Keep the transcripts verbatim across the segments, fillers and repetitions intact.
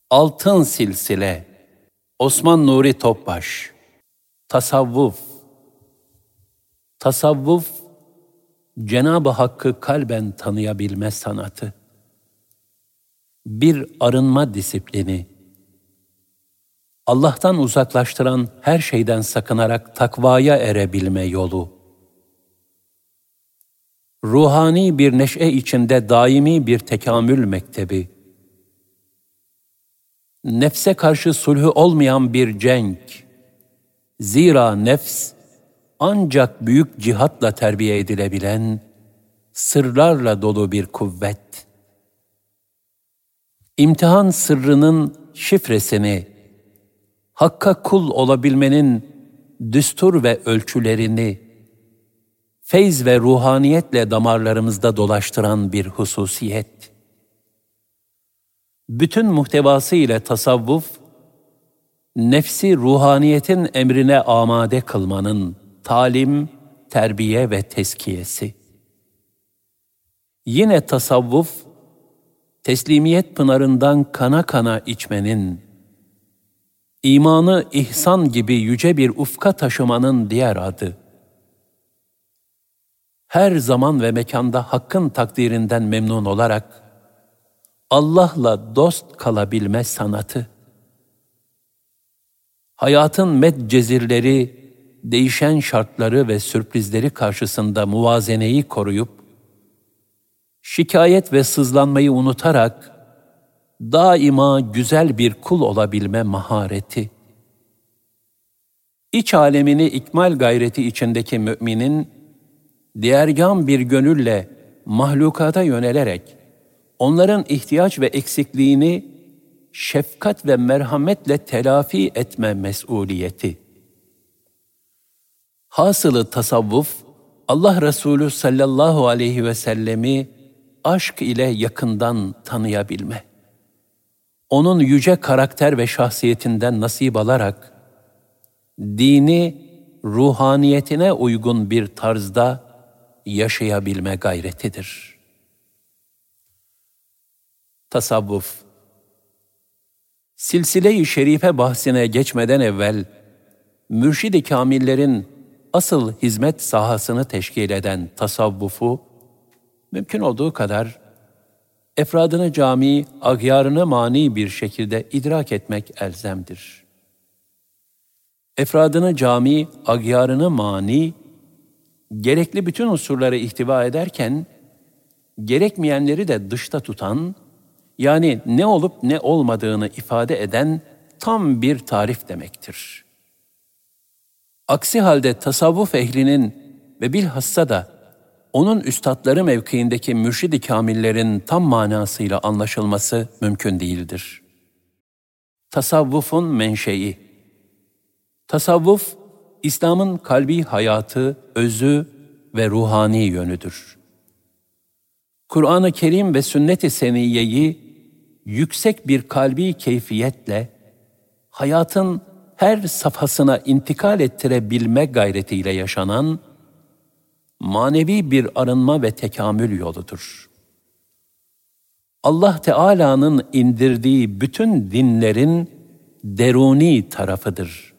Altın Silsile Osman Nuri Topbaş. Tasavvuf. Tasavvuf, Cenab-ı Hakk'ı kalben tanıyabilme sanatı. Bir arınma disiplini. Allah'tan uzaklaştıran her şeyden sakınarak takvaya erebilme yolu. Ruhani bir neşe içinde daimi bir tekamül mektebi. Nefse karşı sulhü olmayan bir cenk. Zira nefs ancak büyük cihatla terbiye edilebilen, sırlarla dolu bir kuvvet. İmtihan sırrının şifresini, Hakk'a kul olabilmenin düstur ve ölçülerini, feyz ve ruhaniyetle damarlarımızda dolaştıran bir hususiyet. Bütün muhtevası ile tasavvuf, nefsi ruhaniyetin emrine amade kılmanın talim, terbiye ve teskiyesi. Yine tasavvuf, teslimiyet pınarından kana kana içmenin, imanı ihsan gibi yüce bir ufka taşımanın diğer adı. Her zaman ve mekanda Hakk'ın takdirinden memnun olarak, Allah'la dost kalabilme sanatı. Hayatın medcezirleri, değişen şartları ve sürprizleri karşısında muvazeneyi koruyup, şikayet ve sızlanmayı unutarak, daima güzel bir kul olabilme mahareti. İç alemini ikmal gayreti içindeki müminin, diğergâm bir gönülle mahlukata yönelerek, onların ihtiyaç ve eksikliğini şefkat ve merhametle telafi etme mesuliyeti. Hasılı tasavvuf, Allah Resulü sallallahu aleyhi ve sellemi aşk ile yakından tanıyabilme. Onun yüce karakter ve şahsiyetinden nasip alarak, dini ruhaniyetine uygun bir tarzda yaşayabilme gayretidir. Tasavvuf. Silsile-i şerife bahsine geçmeden evvel, mürşid-i kamillerin asıl hizmet sahasını teşkil eden tasavvufu, mümkün olduğu kadar efradını cami, agyarını mani bir şekilde idrak etmek elzemdir. Efradını cami, agyarını mani, gerekli bütün unsurları ihtiva ederken, gerekmeyenleri de dışta tutan, yani ne olup ne olmadığını ifade eden tam bir tarif demektir. Aksi halde tasavvuf ehlinin ve bilhassa da onun üstadları mevkiindeki mürşid-i kamillerin tam manasıyla anlaşılması mümkün değildir. Tasavvufun menşei. Tasavvuf, İslam'ın kalbi hayatı, özü ve ruhani yönüdür. Kur'an-ı Kerim ve sünnet-i seniyyeyi yüksek bir kalbi keyfiyetle hayatın her safhasına intikal ettirebilme gayretiyle yaşanan manevi bir arınma ve tekamül yoludur. Allah Teala'nın indirdiği bütün dinlerin deruni tarafıdır.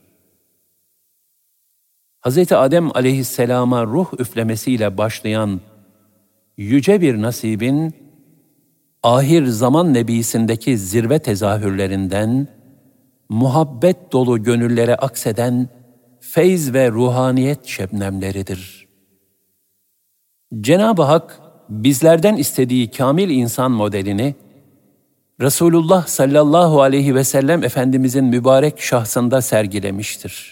Hazreti Adem aleyhisselama ruh üflemesiyle başlayan yüce bir nasibin, ahir zaman nebisindeki zirve tezahürlerinden, muhabbet dolu gönüllere akseden feyz ve ruhaniyet şebnemleridir. Cenab-ı Hak, bizlerden istediği kamil insan modelini, Resulullah sallallahu aleyhi ve sellem Efendimizin mübarek şahsında sergilemiştir.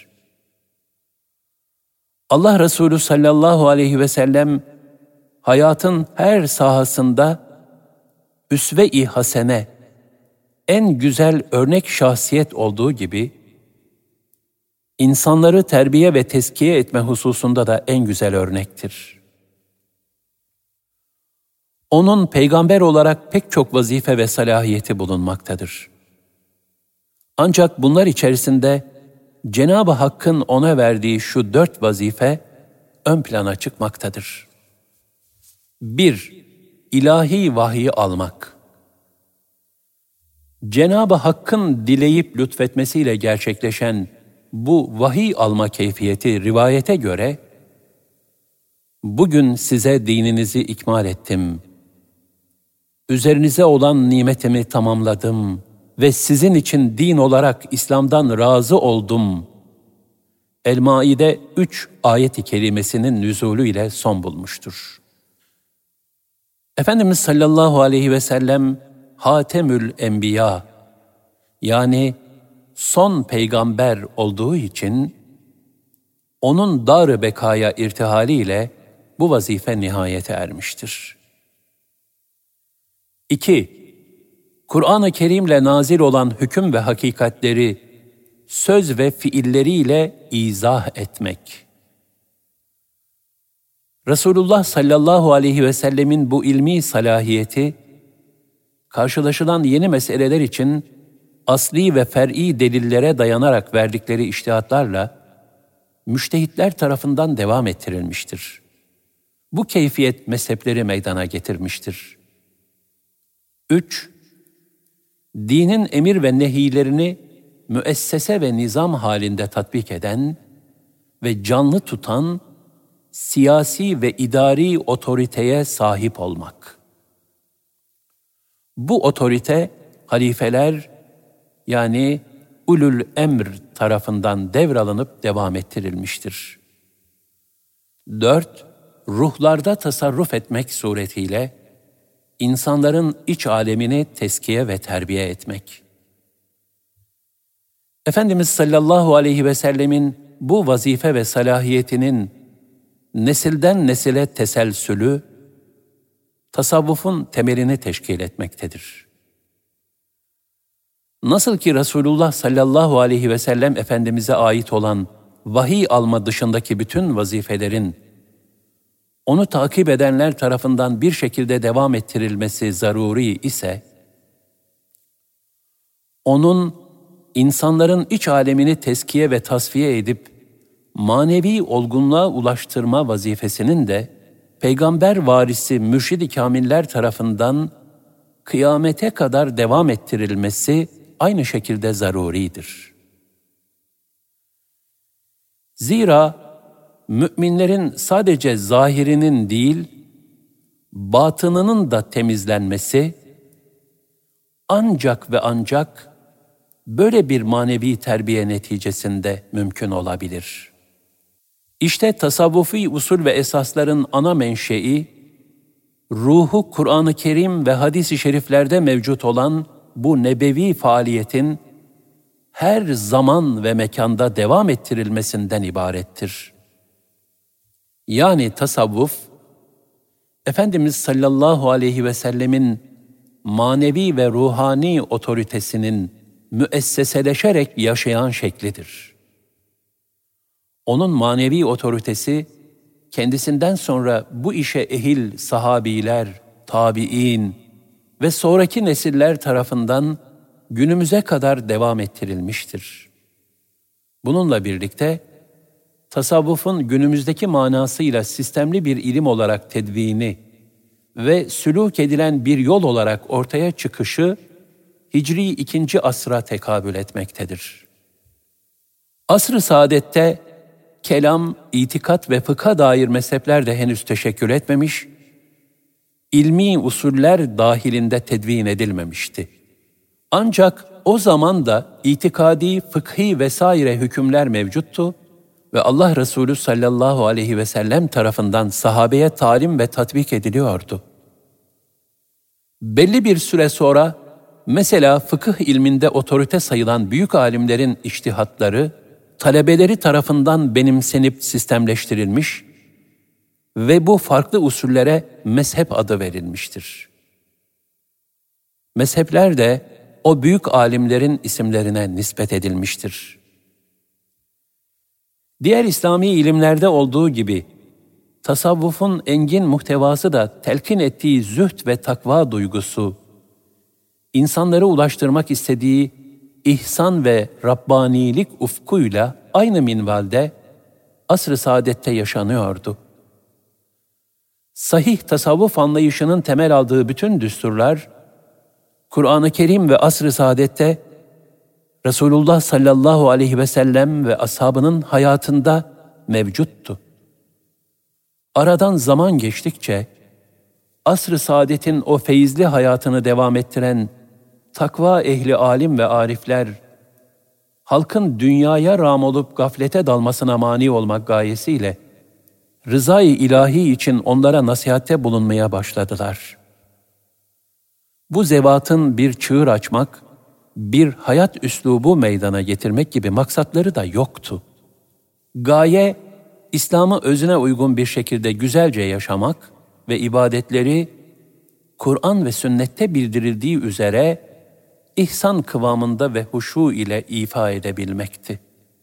Allah Resulü sallallahu aleyhi ve sellem, hayatın her sahasında üsve-i hasene, en güzel örnek şahsiyet olduğu gibi, insanları terbiye ve tezkiye etme hususunda da en güzel örnektir. Onun peygamber olarak pek çok vazife ve salahiyeti bulunmaktadır. Ancak bunlar içerisinde Cenab-ı Hakk'ın ona verdiği şu dört vazife ön plana çıkmaktadır. Bir, ilahi vahyi almak. Cenab-ı Hakk'ın dileyip lütfetmesiyle gerçekleşen bu vahiy alma keyfiyeti rivayete göre, bugün size dininizi ikmal ettim, üzerinize olan nimetimi tamamladım ve sizin için din olarak İslam'dan razı oldum. El-Maide üç ayet-i kerimesinin nüzulü ile son bulmuştur. Efendimiz sallallahu aleyhi ve sellem Hatemül Enbiya, yani son peygamber olduğu için onun dar-ı bekaya irtihaliyle bu vazife nihayete ermiştir. İki, Kur'an-ı Kerim'le nazil olan hüküm ve hakikatleri söz ve fiilleriyle izah etmek. Resulullah sallallahu aleyhi ve sellemin bu ilmi salahiyeti, karşılaşılan yeni meseleler için asli ve fer'i delillere dayanarak verdikleri içtihatlarla müştehitler tarafından devam ettirilmiştir. Bu keyfiyet mezhepleri meydana getirmiştir. Üç, Dinin emir ve nehilerini müessese ve nizam halinde tatbik eden ve canlı tutan siyasi ve idari otoriteye sahip olmak. Bu otorite halifeler, yani ulul emr tarafından devralınıp devam ettirilmiştir. Dört, ruhlarda tasarruf etmek suretiyle insanların iç alemini teskiye ve terbiye etmek. Efendimiz sallallahu aleyhi ve sellemin bu vazife ve salahiyetinin nesilden nesile teselsülü, tasavvufun temelini teşkil etmektedir. Nasıl ki Resulullah sallallahu aleyhi ve sellem Efendimiz'e ait olan vahiy alma dışındaki bütün vazifelerin, onu takip edenler tarafından bir şekilde devam ettirilmesi zaruri ise, onun insanların iç alemini teskiye ve tasfiye edip manevi olgunluğa ulaştırma vazifesinin de peygamber varisi mürşid-i kamiller tarafından kıyamete kadar devam ettirilmesi aynı şekilde zaruridir. Zira müminlerin sadece zahirinin değil, batınının da temizlenmesi ancak ve ancak böyle bir manevi terbiye neticesinde mümkün olabilir. İşte tasavvufi usul ve esasların ana menşei, ruhu Kur'an-ı Kerim ve hadis-i şeriflerde mevcut olan bu nebevi faaliyetin her zaman ve mekanda devam ettirilmesinden ibarettir. Yani tasavvuf, Efendimiz sallallahu aleyhi ve sellemin manevi ve ruhani otoritesinin müesseseleşerek yaşayan şeklidir. Onun manevi otoritesi, kendisinden sonra bu işe ehil sahabiler, tabi'in ve sonraki nesiller tarafından günümüze kadar devam ettirilmiştir. Bununla birlikte, tasavvufun günümüzdeki manasıyla sistemli bir ilim olarak tedvini ve sülûk edilen bir yol olarak ortaya çıkışı, Hicri ikinci asra tekabül etmektedir. Asr-ı saadette, kelam, itikat ve fıkha dair mezhepler de henüz teşekkül etmemiş, ilmi usuller dahilinde tedvin edilmemişti. Ancak o zaman da itikadi, fıkhi vesaire hükümler mevcuttu ve Allah Resulü sallallahu aleyhi ve sellem tarafından sahabeye talim ve tatbik ediliyordu. Belli bir süre sonra, mesela fıkıh ilminde otorite sayılan büyük alimlerin içtihatları, talebeleri tarafından benimsenip sistemleştirilmiş ve bu farklı usullere mezhep adı verilmiştir. Mezhepler de o büyük alimlerin isimlerine nispet edilmiştir. Diğer İslami ilimlerde olduğu gibi, tasavvufun engin muhtevası da telkin ettiği zühd ve takva duygusu, insanları ulaştırmak istediği ihsan ve Rabbanilik ufkuyla aynı minvalde asr-ı saadette yaşanıyordu. Sahih tasavvuf anlayışının temel aldığı bütün düsturlar, Kur'an-ı Kerim ve asr-ı saadette Resulullah sallallahu aleyhi ve sellem ve ashabının hayatında mevcuttu. Aradan zaman geçtikçe asr-ı saadetin o feyizli hayatını devam ettiren takva ehli alim ve arifler, halkın dünyaya rağm olup gaflete dalmasına mani olmak gayesiyle rızayı ilahi için onlara nasihatte bulunmaya başladılar. Bu zevatın bir çığır açmak, bir hayat üslubu meydana getirmek gibi maksatları da yoktu. Gaye, İslam'ı özüne uygun bir şekilde güzelce yaşamak ve ibadetleri Kur'an ve sünnette bildirildiği üzere ihsan kıvamında ve huşu ile ifa edebilmekti.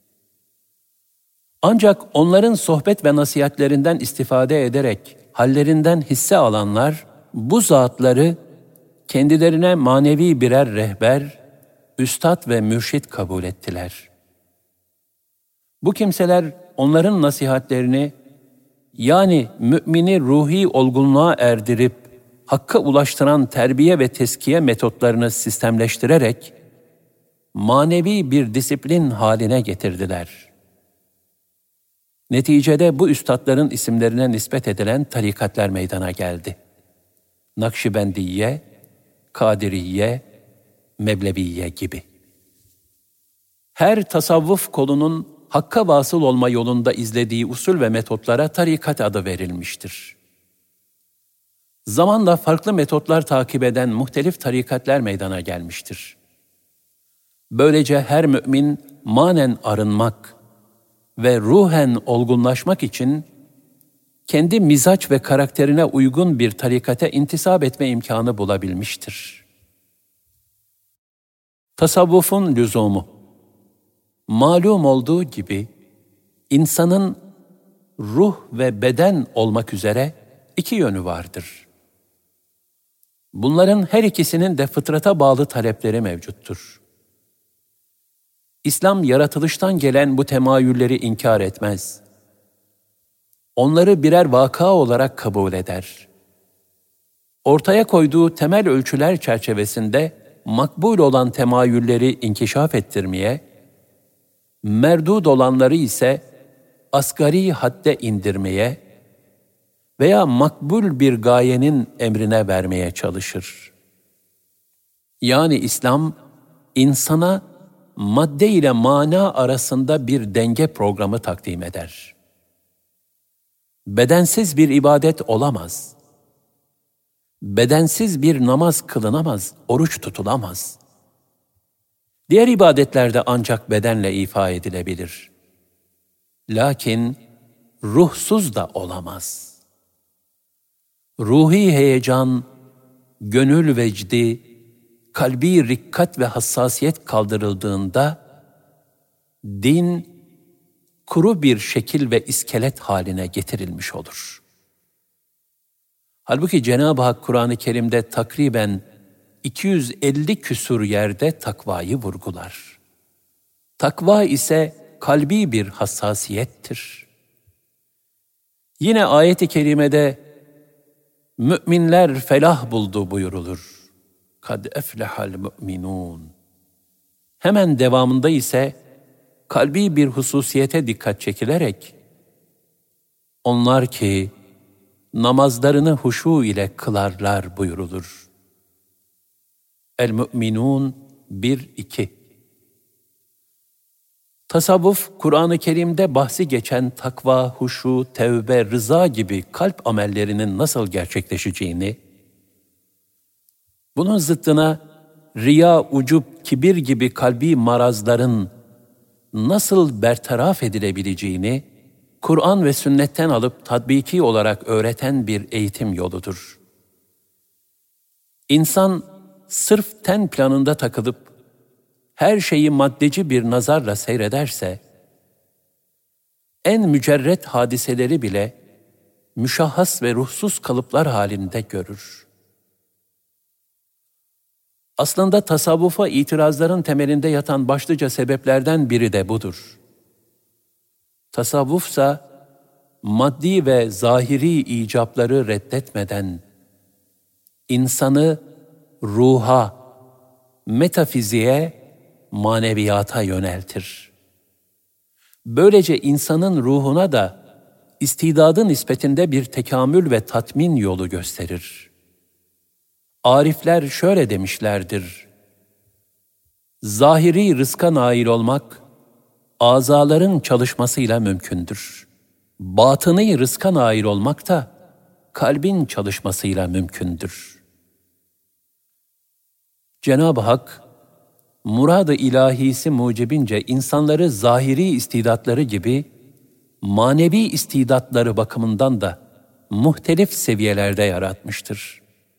Ancak onların sohbet ve nasihatlerinden istifade ederek hallerinden hisse alanlar, bu zatları kendilerine manevi birer rehber, üstad ve mürşit kabul ettiler. Bu kimseler onların nasihatlerini, yani mümini ruhi olgunluğa erdirip hakka ulaştıran terbiye ve teskiye metotlarını sistemleştirerek manevi bir disiplin haline getirdiler. Neticede bu üstadların isimlerine nispet edilen tarikatlar meydana geldi. Nakşibendiye, Kadiriye, Mevleviye gibi. Her tasavvuf kolunun hakka vasıl olma yolunda izlediği usul ve metotlara tarikat adı verilmiştir. Zamanla farklı metotlar takip eden muhtelif tarikatlar meydana gelmiştir. Böylece her mümin manen arınmak ve ruhen olgunlaşmak için kendi mizaç ve karakterine uygun bir tarikate intisap etme imkanı bulabilmiştir. Tasavvufun lüzumu. Malum olduğu gibi insanın ruh ve beden olmak üzere iki yönü vardır. Bunların her ikisinin de fıtrata bağlı talepleri mevcuttur. İslam yaratılıştan gelen bu temayülleri inkar etmez. Onları birer vaka olarak kabul eder. Ortaya koyduğu temel ölçüler çerçevesinde makbul olan temayülleri inkişaf ettirmeye, merdud olanları ise asgari hadde indirmeye veya makbul bir gayenin emrine vermeye çalışır. Yani İslam, insana madde ile mana arasında bir denge programı takdim eder. Bedensiz bir ibadet olamaz. Bedensiz bir namaz kılınamaz, oruç tutulamaz. Diğer ibadetlerde ancak bedenle ifa edilebilir. Lakin ruhsuz da olamaz. Ruhi heyecan, gönül vecdi, kalbi rikkat ve hassasiyet kaldırıldığında, din kuru bir şekil ve iskelet haline getirilmiş olur. Halbuki Cenab-ı Hak Kur'an-ı Kerim'de takriben iki yüz elli küsur yerde takvayı vurgular. Takva ise kalbi bir hassasiyettir. Yine ayet-i kerimede müminler felah buldu buyurulur. Kad eflehal müminun. Hemen devamında ise kalbi bir hususiyete dikkat çekilerek onlar ki namazlarını huşu ile kılarlar buyurulur. El-Mü'minun bir iki. Tasavvuf, Kur'an-ı Kerim'de bahsi geçen takva, huşu, tevbe, rıza gibi kalp amellerinin nasıl gerçekleşeceğini, bunun zıttına riya, ucub, kibir gibi kalbi marazların nasıl bertaraf edilebileceğini, Kur'an ve sünnetten alıp tatbiki olarak öğreten bir eğitim yoludur. İnsan sırf ten planında takılıp her şeyi maddeci bir nazarla seyrederse, en mücerret hadiseleri bile müşahhas ve ruhsuz kalıplar halinde görür. Aslında tasavvufa itirazların temelinde yatan başlıca sebeplerden biri de budur. Tasavvufsa maddi ve zahiri icapları reddetmeden insanı ruha, metafiziğe, maneviyata yöneltir. Böylece insanın ruhuna da istidadı nispetinde bir tekamül ve tatmin yolu gösterir. Arifler şöyle demişlerdir: zahiri rızka nail olmak, azaların çalışmasıyla mümkündür. Batını rızka nail olmak da, kalbin çalışmasıyla mümkündür. Cenab-ı Hak, murad-ı ilahisi mucibince insanları zahiri istidatları gibi, manevi istidatları bakımından da muhtelif seviyelerde yaratmıştır.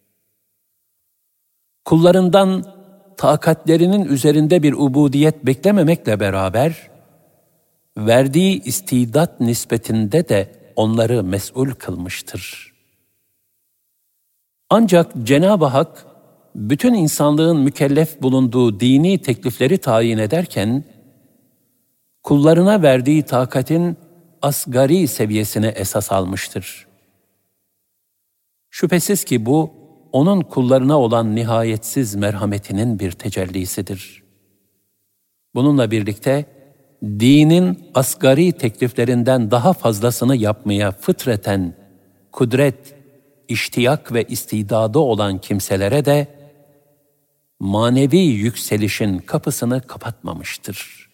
Kullarından takatlerinin üzerinde bir ubudiyet beklememekle beraber, verdiği istidat nispetinde de onları mes'ul kılmıştır. Ancak Cenab-ı Hak, bütün insanlığın mükellef bulunduğu dini teklifleri tayin ederken, kullarına verdiği takatin asgari seviyesine esas almıştır. Şüphesiz ki bu, onun kullarına olan nihayetsiz merhametinin bir tecellisidir. Bununla birlikte, dinin asgari tekliflerinden daha fazlasını yapmaya fıtreten, kudret, iştiyak ve istidadı olan kimselere de, manevi yükselişin kapısını kapatmamıştır.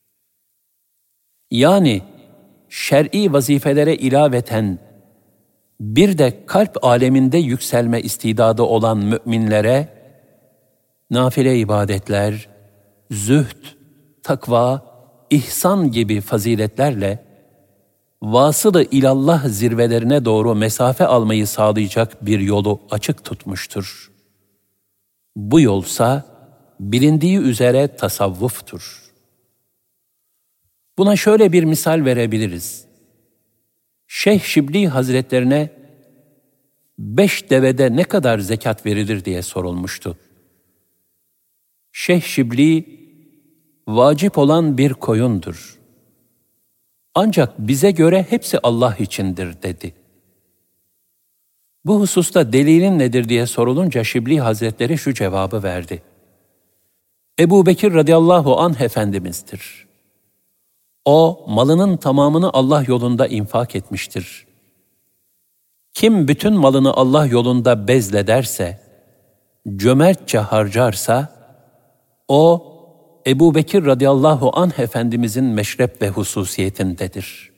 Yani, şer'i vazifelere ilaveten, bir de kalp aleminde yükselme istidadı olan müminlere, nafile ibadetler, zühd, takva, ihsan gibi faziletlerle, vasılı ilallah zirvelerine doğru mesafe almayı sağlayacak bir yolu açık tutmuştur. Bu yolsa, bilindiği üzere tasavvuftur. Buna şöyle bir misal verebiliriz. Şeyh Şibli Hazretlerine, beş devede ne kadar zekat verilir diye sorulmuştu. Şeyh Şibli, vacip olan bir koyundur. Ancak bize göre hepsi Allah içindir dedi. Bu hususta delilin nedir diye sorulunca Şibli Hazretleri şu cevabı verdi: Ebu Bekir radıyallahu anh Efendimiz'dir. O, malının tamamını Allah yolunda infak etmiştir. Kim bütün malını Allah yolunda bezlederse, cömertçe harcarsa, o, Ebu Bekir radıyallahu anh Efendimizin meşrep ve hususiyetindedir.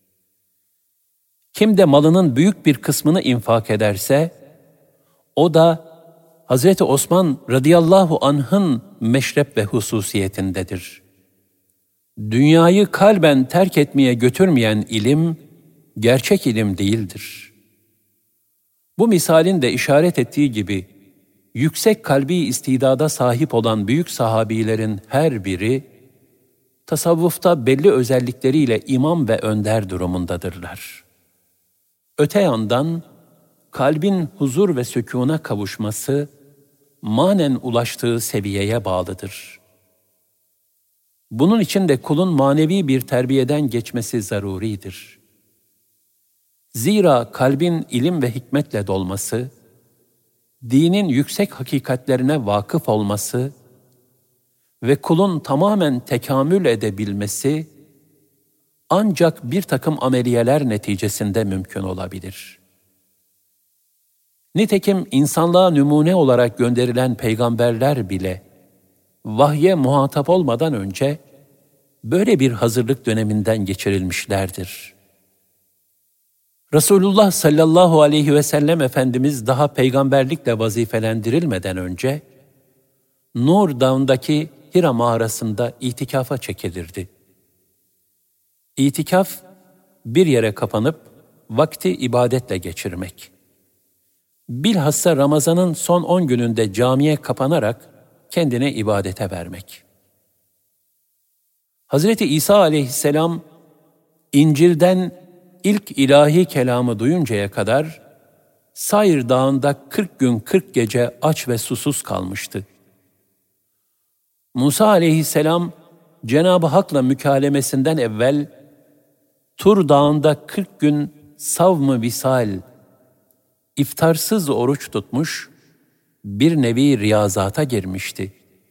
Kim de malının büyük bir kısmını infak ederse, o da Hazreti Osman radıyallahu anh'ın meşrep ve hususiyetindedir. Dünyayı kalben terk etmeye götürmeyen ilim, gerçek ilim değildir. Bu misalin de işaret ettiği gibi, yüksek kalbi istidada sahip olan büyük sahabilerin her biri, tasavvufta belli özellikleriyle imam ve önder durumundadırlar. Öte yandan, kalbin huzur ve sükûna kavuşması, manen ulaştığı seviyeye bağlıdır. Bunun için de kulun manevi bir terbiyeden geçmesi zaruridir. Zira kalbin ilim ve hikmetle dolması, dinin yüksek hakikatlerine vakıf olması ve kulun tamamen tekamül edebilmesi, ancak bir takım ameliyeler neticesinde mümkün olabilir. Nitekim insanlığa numune olarak gönderilen peygamberler bile, vahye muhatap olmadan önce böyle bir hazırlık döneminden geçirilmişlerdir. Resulullah sallallahu aleyhi ve sellem Efendimiz daha peygamberlikle vazifelendirilmeden önce, Nur Dağı'ndaki Hira mağarasında itikafa çekilirdi. İtikaf, bir yere kapanıp vakti ibadetle geçirmek. Bilhassa Ramazan'ın son on gününde camiye kapanarak kendine ibadete vermek. Hazreti İsa aleyhisselam, İncil'den ilk ilahi kelamı duyuncaya kadar, Sayr Dağı'nda kırk gün kırk gece aç ve susuz kalmıştı. Musa aleyhisselam, Cenab-ı Hak'la mükalemesinden evvel, Tur Dağı'nda kırk gün savm-ı visal, iftarsız oruç tutmuş, bir nevi riyazata girmişti.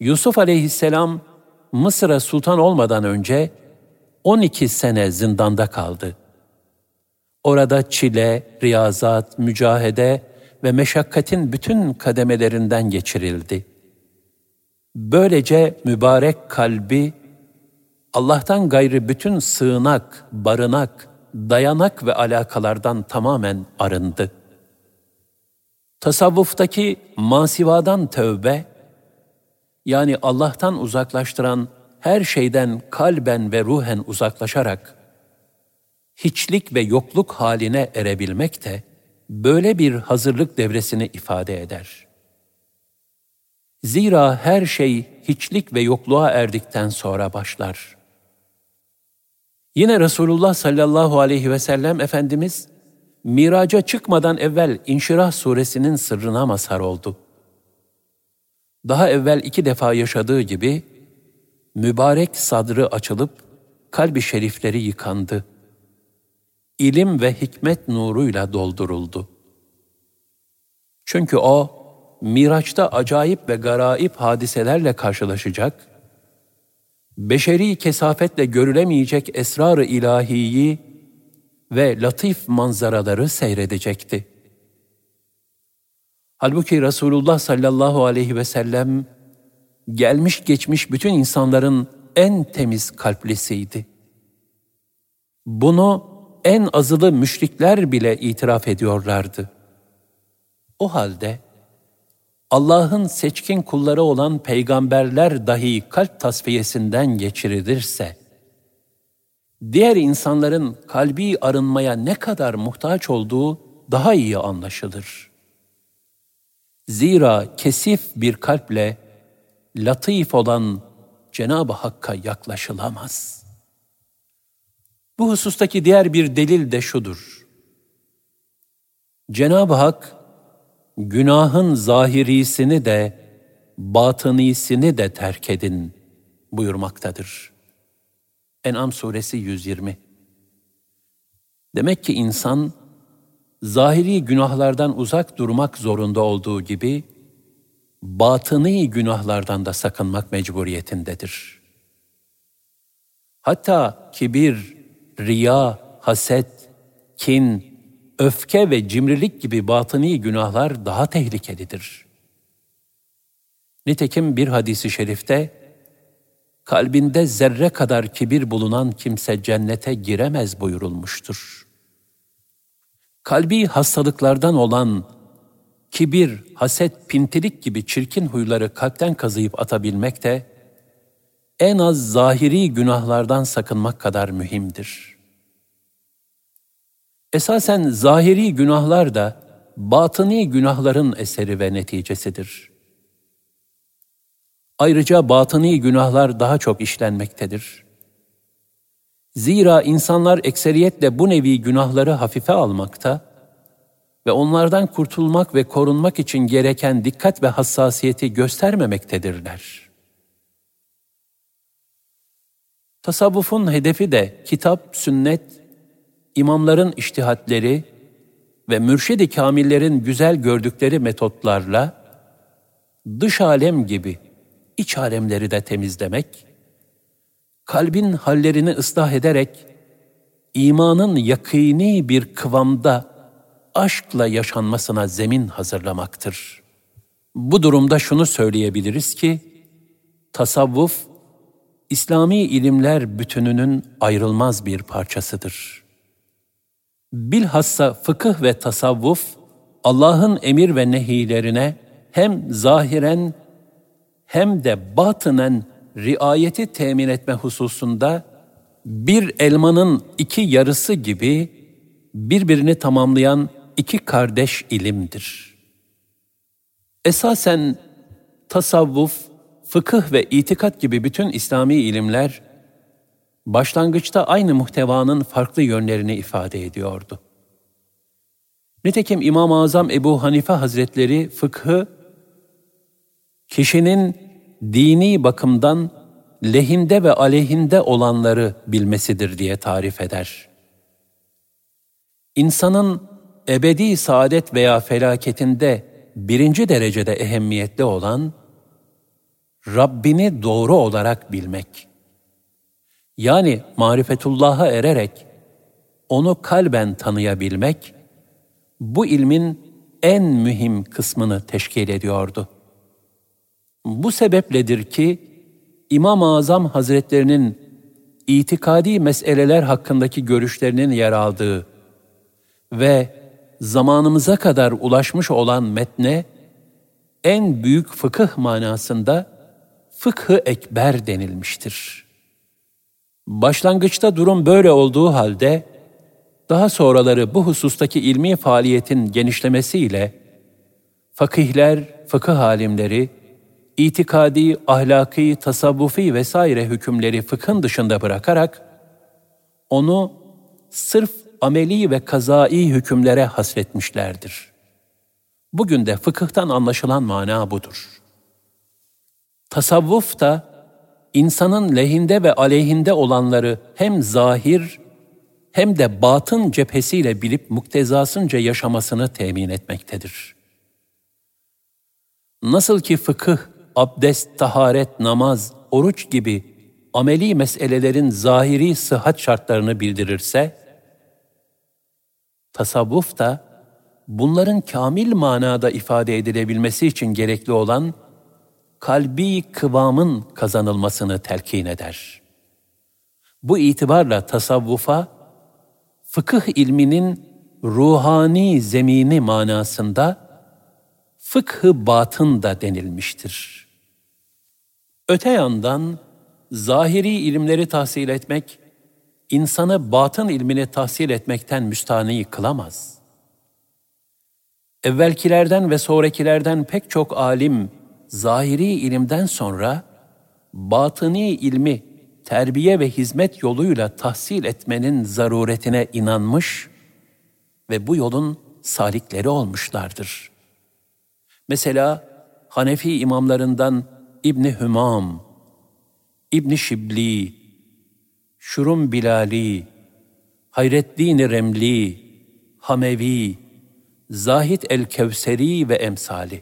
Yusuf aleyhisselam Mısır'a sultan olmadan önce on iki sene zindanda kaldı. Orada çile, riyazat, mücahede ve meşakkatin bütün kademelerinden geçirildi. Böylece mübarek kalbi Allah'tan gayrı bütün sığınak, barınak, dayanak ve alakalardan tamamen arındı. Tasavvuftaki masivadan tövbe, yani Allah'tan uzaklaştıran her şeyden kalben ve ruhen uzaklaşarak hiçlik ve yokluk haline erebilmek de böyle bir hazırlık devresini ifade eder. Zira her şey hiçlik ve yokluğa erdikten sonra başlar. Yine Resulullah sallallahu aleyhi ve sellem Efendimiz, Miraca çıkmadan evvel İnşirah suresinin sırrına mazhar oldu. Daha evvel iki defa yaşadığı gibi, mübarek sadrı açılıp, kalbi şerifleri yıkandı. İlim ve hikmet nuruyla dolduruldu. Çünkü o, Miraç'ta acayip ve garaip hadiselerle karşılaşacak, beşeri kesafetle görülemeyecek esrar-ı ilahiyi ve latif manzaraları seyredecekti. Halbuki Resulullah sallallahu aleyhi ve sellem, gelmiş geçmiş bütün insanların en temiz kalplisiydi. Bunu en azılı müşrikler bile itiraf ediyorlardı. O halde, Allah'ın seçkin kulları olan peygamberler dahi kalp tasfiyesinden geçirilirse, diğer insanların kalbi arınmaya ne kadar muhtaç olduğu daha iyi anlaşılır. Zira kesif bir kalple latif olan Cenab-ı Hakk'a yaklaşılamaz. Bu husustaki diğer bir delil de şudur. Cenab-ı Hak, günahın zahirisini de, batınisini de terk edin buyurmaktadır. En'am suresi yüz yirmi. Demek ki insan, zahiri günahlardan uzak durmak zorunda olduğu gibi, batıni günahlardan da sakınmak mecburiyetindedir. Hatta kibir, riya, haset, kin, öfke ve cimrilik gibi batıni günahlar daha tehlikelidir. Nitekim bir hadis-i şerifte, kalbinde zerre kadar kibir bulunan kimse cennete giremez buyurulmuştur. Kalbi hastalıklardan olan kibir, haset, pintilik gibi çirkin huyları kalpten kazıyıp atabilmek de en az zahiri günahlardan sakınmak kadar mühimdir. Esasen zahiri günahlar da batıni günahların eseri ve neticesidir. Ayrıca batıni günahlar daha çok işlenmektedir. Zira insanlar ekseriyetle bu nevi günahları hafife almakta ve onlardan kurtulmak ve korunmak için gereken dikkat ve hassasiyeti göstermemektedirler. Tasavvufun hedefi de kitap, sünnet, imamların içtihatleri ve mürşid-i kamillerin güzel gördükleri metotlarla dış alem gibi iç alemleri de temizlemek, kalbin hallerini ıslah ederek imanın yakîni bir kıvamda aşkla yaşanmasına zemin hazırlamaktır. Bu durumda şunu söyleyebiliriz ki, tasavvuf, İslami ilimler bütününün ayrılmaz bir parçasıdır. Bilhassa fıkıh ve tasavvuf, Allah'ın emir ve nehilerine hem zahiren hem de batınen riayeti temin etme hususunda bir elmanın iki yarısı gibi birbirini tamamlayan iki kardeş ilimdir. Esasen tasavvuf, fıkıh ve itikat gibi bütün İslami ilimler başlangıçta aynı muhtevanın farklı yönlerini ifade ediyordu. Nitekim İmam-ı Azam Ebu Hanife Hazretleri fıkhı, kişinin dini bakımdan lehinde ve aleyhinde olanları bilmesidir diye tarif eder. İnsanın ebedi saadet veya felaketinde birinci derecede ehemmiyetli olan, Rabbini doğru olarak bilmek. Yani marifetullah'a ererek onu kalben tanıyabilmek, bu ilmin en mühim kısmını teşkil ediyordu. Bu sebepledir ki İmam-ı Azam Hazretlerinin itikadi meseleler hakkındaki görüşlerinin yer aldığı ve zamanımıza kadar ulaşmış olan metne en büyük fıkıh manasında fıkh-ı ekber denilmiştir. Başlangıçta durum böyle olduğu halde, daha sonraları bu husustaki ilmi faaliyetin genişlemesiyle, fakihler, fıkıh alimleri, itikadi, ahlaki, tasavvufi vesaire hükümleri fıkhın dışında bırakarak, onu sırf ameli ve kazai hükümlere hasretmişlerdir. Bugün de fıkıhtan anlaşılan mana budur. Tasavvuf da, insanın lehinde ve aleyhinde olanları hem zahir hem de batın cephesiyle bilip muktezasınca yaşamasını temin etmektedir. Nasıl ki fıkıh, abdest, taharet, namaz, oruç gibi ameli meselelerin zahiri sıhhat şartlarını bildirirse, tasavvuf da bunların kamil manada ifade edilebilmesi için gerekli olan kalbi kıvamın kazanılmasını telkin eder. Bu itibarla tasavvufa, fıkıh ilminin ruhani zemini manasında fıkh-ı batın da denilmiştir. Öte yandan, zahiri ilimleri tahsil etmek, insanı batın ilmini tahsil etmekten müstahni kılamaz. Evvelkilerden ve sonrakilerden pek çok alim, zahiri ilimden sonra, batıni ilmi terbiye ve hizmet yoluyla tahsil etmenin zaruretine inanmış ve bu yolun salikleri olmuşlardır. Mesela Hanefi imamlarından İbn-i Hümam, İbn-i Şibli, Şurum Bilali, Hayreddin-i Remli, Hamevi, Zahid el-Kevseri ve emsali.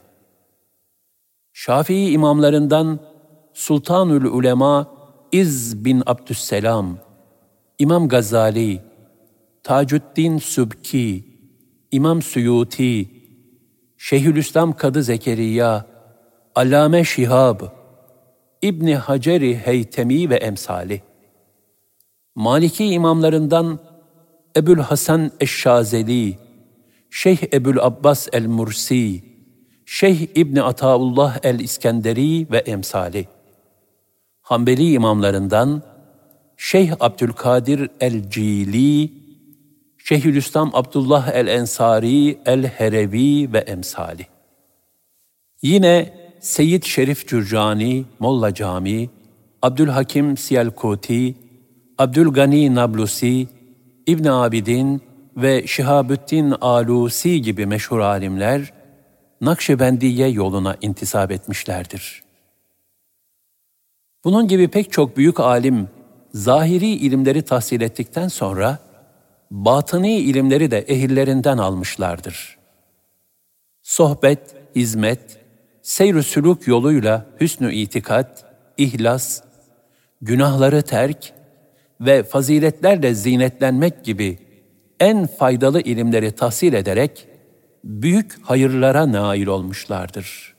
Şafii imamlarından Sultanül Ulema İz bin Abdüsselam, İmam Gazali, Tacuddin Sübki, İmam Suyuti, Şeyhülislam Kadı Zekeriya, Allame Şihab, İbni Hacer-i Heytemi ve emsali. Maliki imamlarından Ebul Hasan Eşşazeli, Şeyh Ebul Abbas el-Mursi, Şeyh İbni Ataullah el-İskenderi ve emsali. Hanbeli imamlarından Şeyh Abdülkadir el-Cili, Şeyhülislam Abdullah el-Ensari el-Herevi ve emsali. Yine Seyyid Şerif Cürcani, Molla Cami, Abdülhakim Siyelkuti, Abdülgani Nablusi, İbn Abidin ve Şihabüddin Alusi gibi meşhur alimler, Nakşibendiye yoluna intisap etmişlerdir. Bunun gibi pek çok büyük alim, zahiri ilimleri tahsil ettikten sonra, batıni ilimleri de ehillerinden almışlardır. Sohbet, hizmet, seyr-ü sülûk yoluyla hüsnü itikat, ihlas, günahları terk ve faziletlerle zinetlenmek gibi en faydalı ilimleri tahsil ederek büyük hayırlara nail olmuşlardır.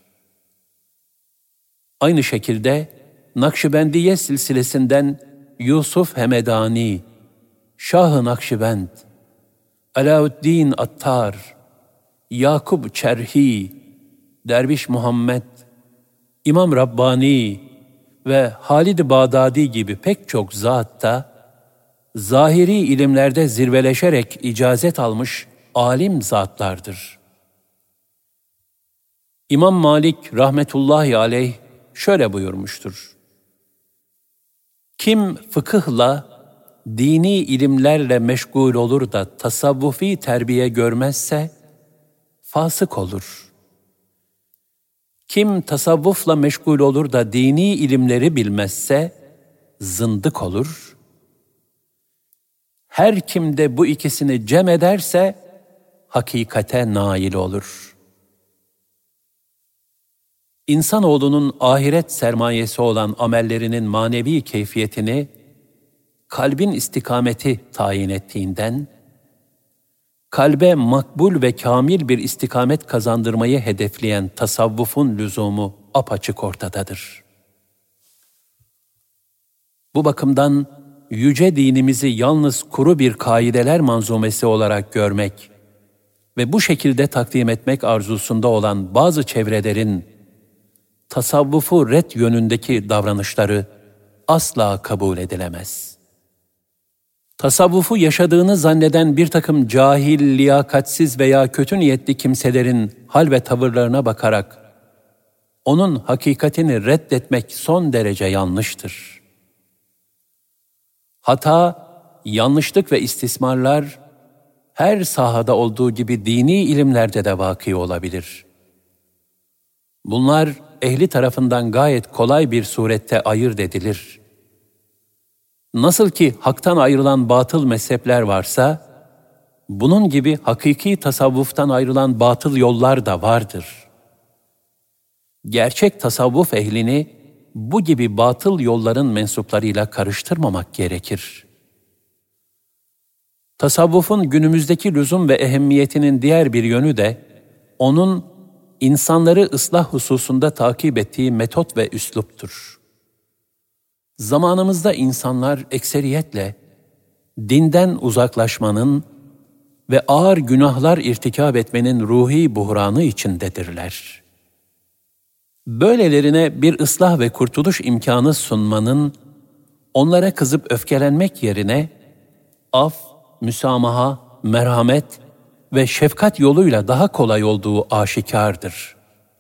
Aynı şekilde Nakşibendiye silsilesinden Yusuf Hemedani, Şah-ı Nakşibend, Alauddin Attar, Yakup Çerhi, Derviş Muhammed, İmam Rabbani ve Halid-i Bağdadi gibi pek çok zat da zahiri ilimlerde zirveleşerek icazet almış alim zatlardır. İmam Malik rahmetullahi aleyh şöyle buyurmuştur: Kim fıkıhla, dini ilimlerle meşgul olur da tasavvufi terbiye görmezse fasık olur. Kim tasavvufla meşgul olur da dini ilimleri bilmezse zındık olur. Her kim de bu ikisini cem ederse hakikate nail olur. İnsanoğlunun ahiret sermayesi olan amellerinin manevi keyfiyetini kalbin istikameti tayin ettiğinden, kalbe makbul ve kamil bir istikamet kazandırmayı hedefleyen tasavvufun lüzumu apaçık ortadadır. Bu bakımdan yüce dinimizi yalnız kuru bir kaideler manzumesi olarak görmek ve bu şekilde takdim etmek arzusunda olan bazı çevrelerin tasavvufu red yönündeki davranışları asla kabul edilemez. Tasavvufu yaşadığını zanneden bir takım cahil, liyakatsiz veya kötü niyetli kimselerin hal ve tavırlarına bakarak onun hakikatini reddetmek son derece yanlıştır. Hata, yanlışlık ve istismarlar her sahada olduğu gibi dini ilimlerde de vaki olabilir. Bunlar ehli tarafından gayet kolay bir surette ayırt edilir. Nasıl ki haktan ayrılan batıl mezhepler varsa, bunun gibi hakiki tasavvuftan ayrılan batıl yollar da vardır. Gerçek tasavvuf ehlini bu gibi batıl yolların mensuplarıyla karıştırmamak gerekir. Tasavvufun günümüzdeki lüzum ve ehemmiyetinin diğer bir yönü de, onun insanları ıslah hususunda takip ettiği metot ve üsluptur. Zamanımızda insanlar ekseriyetle dinden uzaklaşmanın ve ağır günahlar irtikab etmenin ruhi buhranı içindedirler. Böylelerine bir ıslah ve kurtuluş imkanı sunmanın, onlara kızıp öfkelenmek yerine af, müsamaha, merhamet ve şefkat yoluyla daha kolay olduğu aşikardır.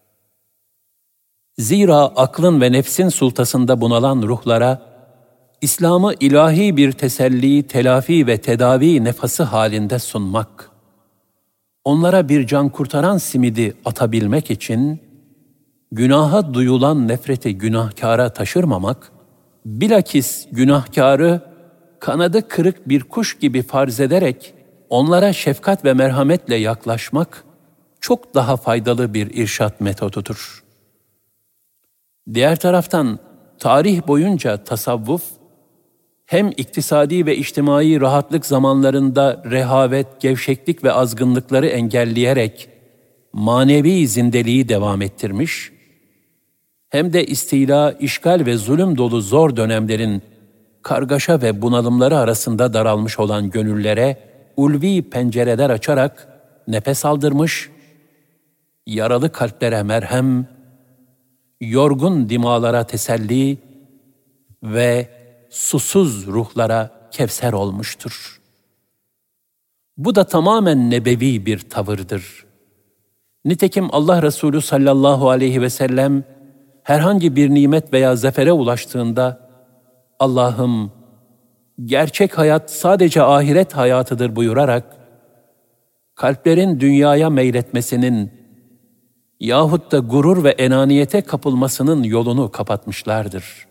Zira aklın ve nefsin sultasında bunalan ruhlara, İslam'ı ilahi bir teselli, telafi ve tedavi nefası halinde sunmak, onlara bir can kurtaran simidi atabilmek için, günaha duyulan nefreti günahkara taşırmamak, bilakis günahkarı kanadı kırık bir kuş gibi farz ederek onlara şefkat ve merhametle yaklaşmak çok daha faydalı bir irşat metodudur. Diğer taraftan tarih boyunca tasavvuf, hem iktisadi ve içtimai rahatlık zamanlarında rehavet, gevşeklik ve azgınlıkları engelleyerek manevi zindeliği devam ettirmiş, hem de istila, işgal ve zulüm dolu zor dönemlerin kargaşa ve bunalımları arasında daralmış olan gönüllere ulvi pencereler açarak nefes aldırmış, yaralı kalplere merhem, yorgun dimalara teselli ve susuz ruhlara kevser olmuştur. Bu da tamamen nebevi bir tavırdır. Nitekim Allah Resulü sallallahu aleyhi ve sellem herhangi bir nimet veya zafere ulaştığında Allah'ım gerçek hayat sadece ahiret hayatıdır buyurarak kalplerin dünyaya meyletmesinin yahut da gurur ve enaniyete kapılmasının yolunu kapatmışlardır.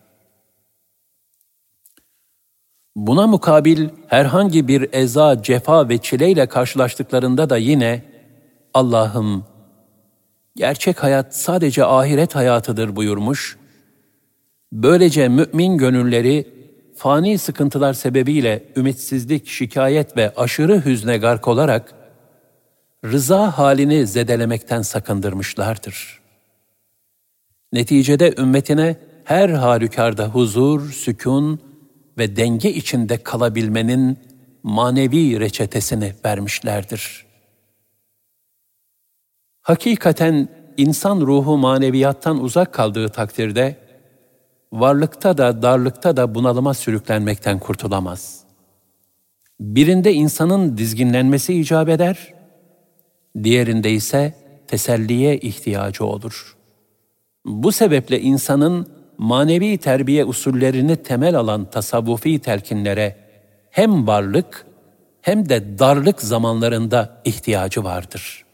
Buna mukabil herhangi bir eza, cefa ve çileyle karşılaştıklarında da yine Allah'ım gerçek hayat sadece ahiret hayatıdır buyurmuş, böylece mümin gönülleri fani sıkıntılar sebebiyle ümitsizlik, şikayet ve aşırı hüzne gark olarak rıza halini zedelemekten sakındırmışlardır. Neticede ümmetine her halükarda huzur, sükun ve denge içinde kalabilmenin manevi reçetesini vermişlerdir. Hakikaten insan ruhu maneviyattan uzak kaldığı takdirde, varlıkta da darlıkta da bunalıma sürüklenmekten kurtulamaz. Birinde insanın dizginlenmesi icap eder, diğerinde ise teselliye ihtiyacı olur. Bu sebeple insanın manevi terbiye usullerini temel alan tasavvufi telkinlere hem varlık hem de darlık zamanlarında ihtiyacı vardır.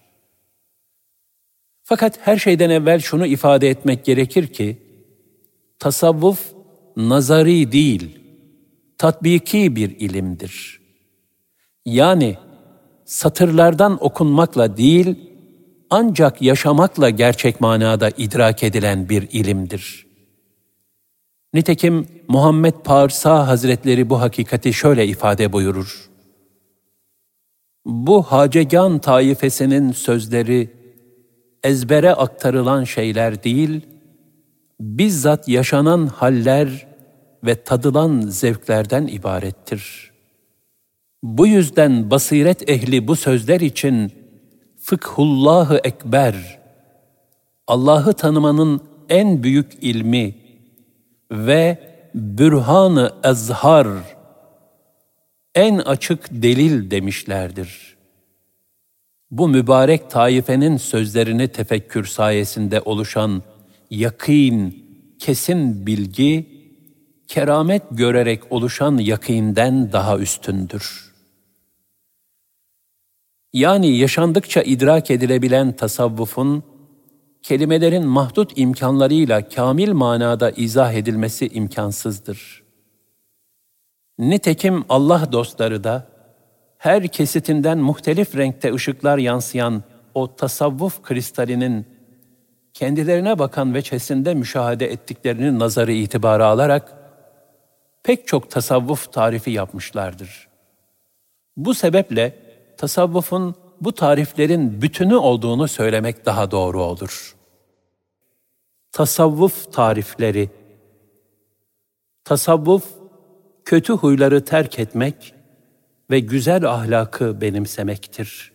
Fakat her şeyden evvel şunu ifade etmek gerekir ki, tasavvuf nazari değil, tatbiki bir ilimdir. Yani satırlardan okunmakla değil, ancak yaşamakla gerçek manada idrak edilen bir ilimdir. Nitekim Muhammed Parsa Hazretleri bu hakikati şöyle ifade buyurur. Bu Hacegan taifesinin sözleri ezbere aktarılan şeyler değil, bizzat yaşanan haller ve tadılan zevklerden ibarettir. Bu yüzden basiret ehli bu sözler için fıkhullah-ı ekber, Allah'ı tanımanın en büyük ilmi ve bürhan-ı ezhar, en açık delil demişlerdir. Bu mübarek taifenin sözlerini tefekkür sayesinde oluşan yakîn, kesin bilgi, keramet görerek oluşan yakînden daha üstündür. Yani yaşandıkça idrak edilebilen tasavvufun, kelimelerin mahdut imkanlarıyla kamil manada izah edilmesi imkansızdır. Nitekim Allah dostları da, her kesitinden muhtelif renkte ışıklar yansıyan o tasavvuf kristalinin kendilerine bakan veçhesinde müşahede ettiklerini nazarı itibara alarak pek çok tasavvuf tarifi yapmışlardır. Bu sebeple tasavvufun bu tariflerin bütünü olduğunu söylemek daha doğru olur. Tasavvuf tarifleri. Tasavvuf, kötü huyları terk etmek ve güzel ahlakı benimsemektir.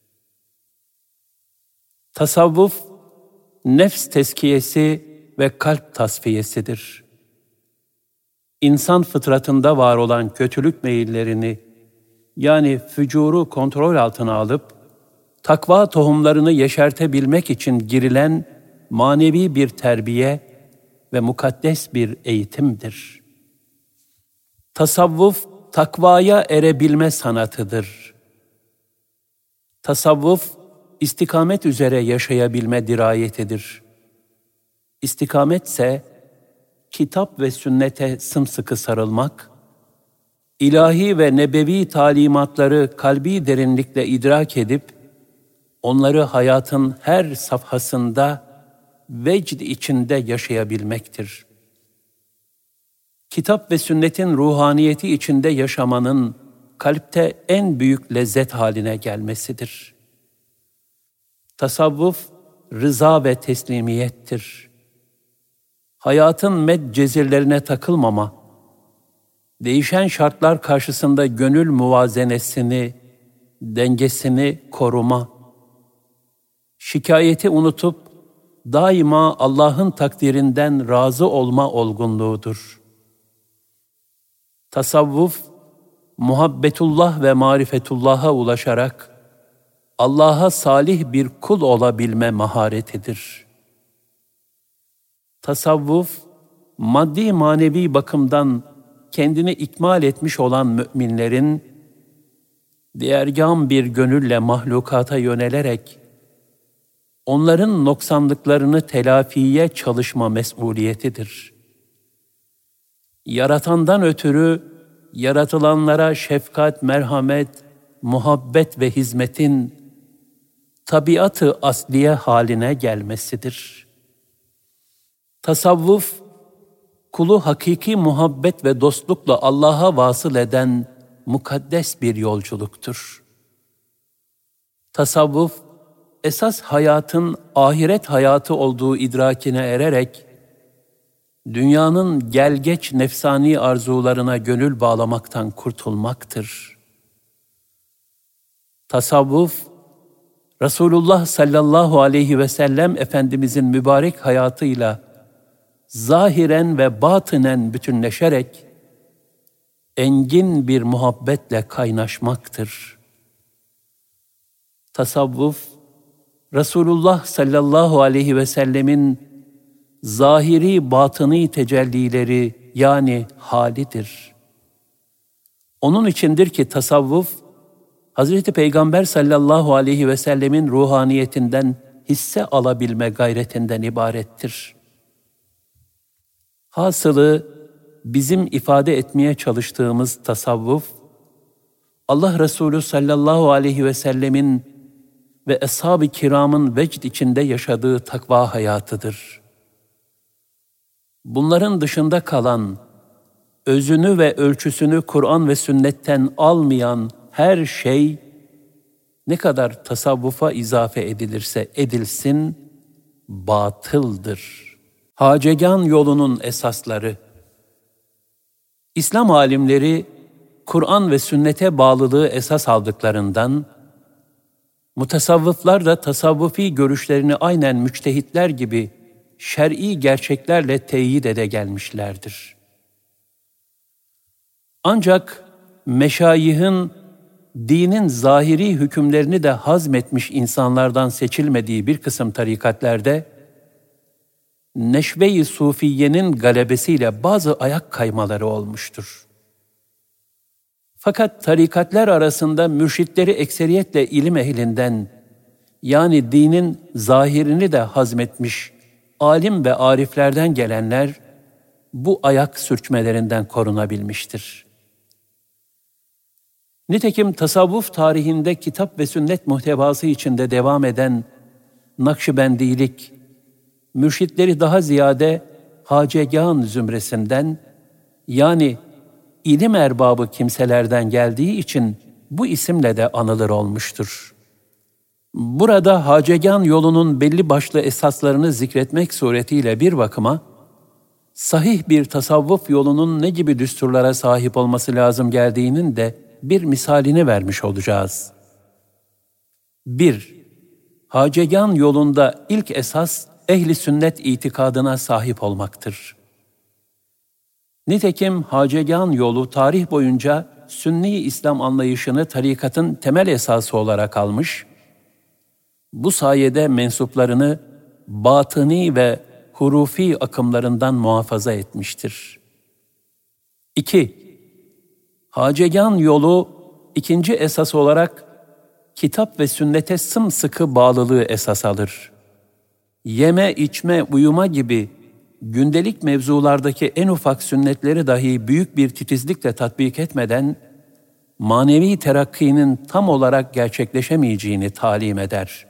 Tasavvuf, nefs tezkiyesi ve kalp tasfiyesidir. İnsan fıtratında var olan kötülük meyillerini, yani fücuru kontrol altına alıp, takva tohumlarını yeşertebilmek için girilen manevi bir terbiye ve mukaddes bir eğitimdir. Tasavvuf, takvaya erebilme sanatıdır. Tasavvuf, istikamet üzere yaşayabilme dirayetidir. İstikametse, kitap ve sünnete sımsıkı sarılmak, ilahi ve nebevi talimatları kalbi derinlikle idrak edip, onları hayatın her safhasında vecd içinde yaşayabilmektir. Kitap ve sünnetin ruhaniyeti içinde yaşamanın kalpte en büyük lezzet haline gelmesidir. Tasavvuf, rıza ve teslimiyettir. Hayatın medcezirlerine takılmama, değişen şartlar karşısında gönül muvazenesini, dengesini koruma, şikayeti unutup daima Allah'ın takdirinden razı olma olgunluğudur. Tasavvuf, muhabbetullah ve marifetullah'a ulaşarak Allah'a salih bir kul olabilme maharetidir. Tasavvuf, maddi manevi bakımdan kendini ikmal etmiş olan müminlerin, diğergâm bir gönülle mahlukata yönelerek, onların noksanlıklarını telafiye çalışma mesuliyetidir. Yaratandan ötürü, yaratılanlara şefkat, merhamet, muhabbet ve hizmetin tabiatı asliye haline gelmesidir. Tasavvuf, kulu hakiki muhabbet ve dostlukla Allah'a vasıl eden mukaddes bir yolculuktur. Tasavvuf, esas hayatın ahiret hayatı olduğu idrakine ererek, dünyanın gelgeç nefsani arzularına gönül bağlamaktan kurtulmaktır. Tasavvuf, Resulullah sallallahu aleyhi ve sellem Efendimizin mübarek hayatıyla zahiren ve batınen bütünleşerek engin bir muhabbetle kaynaşmaktır. Tasavvuf, Resulullah sallallahu aleyhi ve sellemin zahiri batıni tecellileri yani halidir. Onun içindir ki tasavvuf, Hazreti Peygamber sallallahu aleyhi ve sellemin ruhaniyetinden hisse alabilme gayretinden ibarettir. Hasılı bizim ifade etmeye çalıştığımız tasavvuf, Allah Resulü sallallahu aleyhi ve sellemin ve ashab-ı kiramın vecd içinde yaşadığı takva hayatıdır. Bunların dışında kalan, özünü ve ölçüsünü Kur'an ve sünnetten almayan her şey, ne kadar tasavvufa izafe edilirse edilsin, batıldır. Hacegan yolunun esasları. İslam alimleri, Kur'an ve sünnete bağlılığı esas aldıklarından, mutasavvıflar da tasavvufi görüşlerini aynen müçtehitler gibi şer'i gerçeklerle teyit ede gelmişlerdir. Ancak meşayihin dinin zahiri hükümlerini de hazmetmiş insanlardan seçilmediği bir kısım tarikatlerde, neşve-i sufiyenin galebesiyle bazı ayak kaymaları olmuştur. Fakat tarikatler arasında mürşitleri ekseriyetle ilim ehlinden, yani dinin zahirini de hazmetmiş alim ve ariflerden gelenler, bu ayak sürçmelerinden korunabilmiştir. Nitekim tasavvuf tarihinde kitap ve sünnet muhtevası içinde devam eden Nakşibendilik, mürşitleri daha ziyade hacegan zümresinden, yani ilim erbabı kimselerden geldiği için bu isimle de anılır olmuştur. Burada hacegan yolunun belli başlı esaslarını zikretmek suretiyle bir bakıma, sahih bir tasavvuf yolunun ne gibi düsturlara sahip olması lazım geldiğinin de bir misalini vermiş olacağız. bir. Hacegan yolunda ilk esas ehli sünnet itikadına sahip olmaktır. Nitekim hacegan yolu tarih boyunca Sünni İslam anlayışını tarikatın temel esası olarak almış, bu sayede mensuplarını batıni ve hurufi akımlarından muhafaza etmiştir. iki. Hacegan yolu ikinci esas olarak kitap ve sünnete sımsıkı bağlılığı esas alır. Yeme, içme, uyuma gibi gündelik mevzulardaki en ufak sünnetleri dahi büyük bir titizlikle tatbik etmeden, manevi terakkinin tam olarak gerçekleşemeyeceğini talim eder.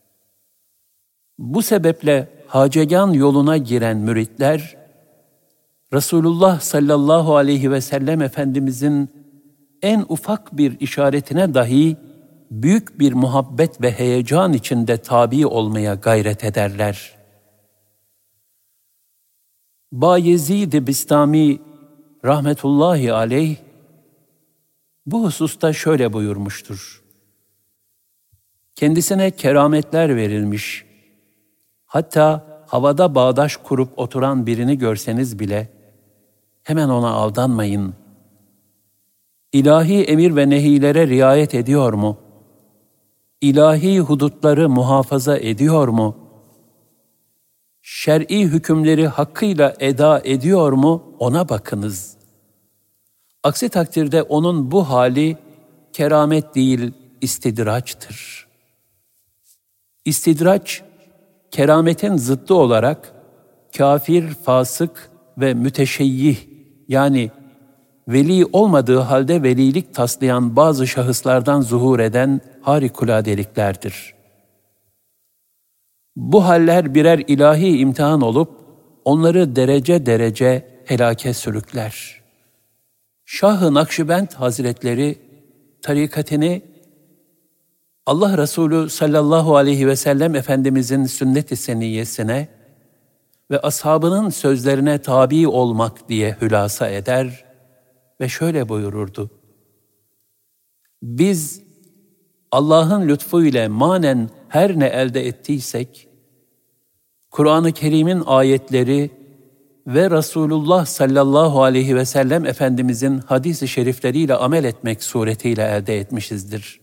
Bu sebeple hacegan yoluna giren müritler, Resulullah sallallahu aleyhi ve sellem Efendimizin en ufak bir işaretine dahi büyük bir muhabbet ve heyecan içinde tabi olmaya gayret ederler. Bayezid-i Bistami rahmetullahi aleyh bu hususta şöyle buyurmuştur. Kendisine kerametler verilmiş, hatta havada bağdaş kurup oturan birini görseniz bile hemen ona aldanmayın. İlahi emir ve nehilere riayet ediyor mu? İlahi hudutları muhafaza ediyor mu? Şer'i hükümleri hakkıyla eda ediyor mu? Ona bakınız. Aksi takdirde onun bu hali keramet değil, istidraçtır. İstidraç, kerametin zıddı olarak kafir, fasık ve müteşeyyih, yani veli olmadığı halde velilik taslayan bazı şahıslardan zuhur eden harikuladeliklerdir. Bu haller birer ilahi imtihan olup onları derece derece helake sürükler. Şah-ı Nakşibend Hazretleri tarikatini Allah Resulü sallallahu aleyhi ve sellem Efendimizin sünnet-i seniyyesine ve ashabının sözlerine tabi olmak diye hülasa eder ve şöyle buyururdu. Biz Allah'ın lütfu ile manen her ne elde ettiysek, Kur'an-ı Kerim'in ayetleri ve Resulullah sallallahu aleyhi ve sellem Efendimizin hadis-i şerifleriyle amel etmek suretiyle elde etmişizdir.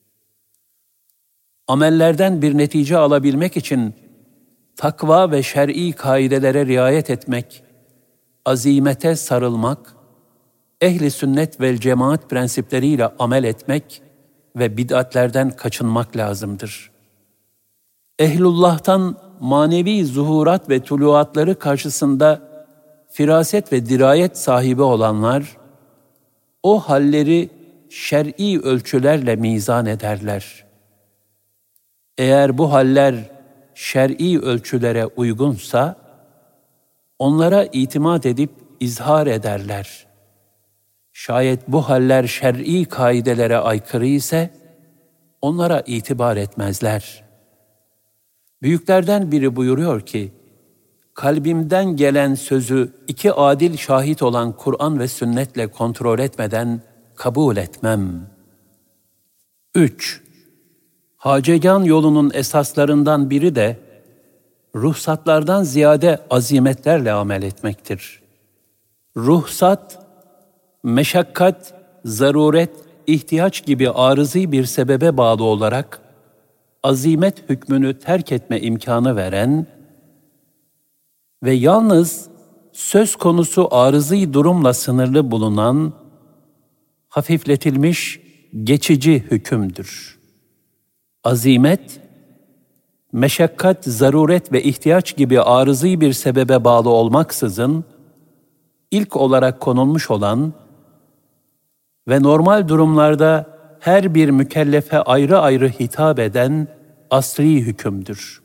Amellerden bir netice alabilmek için takva ve şer'i kaidelere riayet etmek, azimete sarılmak, ehli sünnet vel cemaat prensipleriyle amel etmek ve bid'atlerden kaçınmak lazımdır. Ehlullah'tan manevi zuhurat ve tuluatları karşısında firaset ve dirayet sahibi olanlar, o halleri şer'i ölçülerle mizan ederler. Eğer bu haller şer'i ölçülere uygunsa, onlara itimat edip izhar ederler. Şayet bu haller şer'i kaidelere aykırı ise, onlara itibar etmezler. Büyüklerden biri buyuruyor ki, kalbimden gelen sözü iki adil şahit olan Kur'an ve sünnetle kontrol etmeden kabul etmem. üç. Hacegan yolunun esaslarından biri de, ruhsatlardan ziyade azimetlerle amel etmektir. Ruhsat, meşakkat, zaruret, ihtiyaç gibi arızi bir sebebe bağlı olarak, azimet hükmünü terk etme imkanı veren ve yalnız söz konusu arızi durumla sınırlı bulunan, hafifletilmiş, geçici hükümdür. Azimet, meşakkat, zaruret ve ihtiyaç gibi arızi bir sebebe bağlı olmaksızın, ilk olarak konulmuş olan ve normal durumlarda her bir mükellefe ayrı ayrı hitap eden asli hükümdür.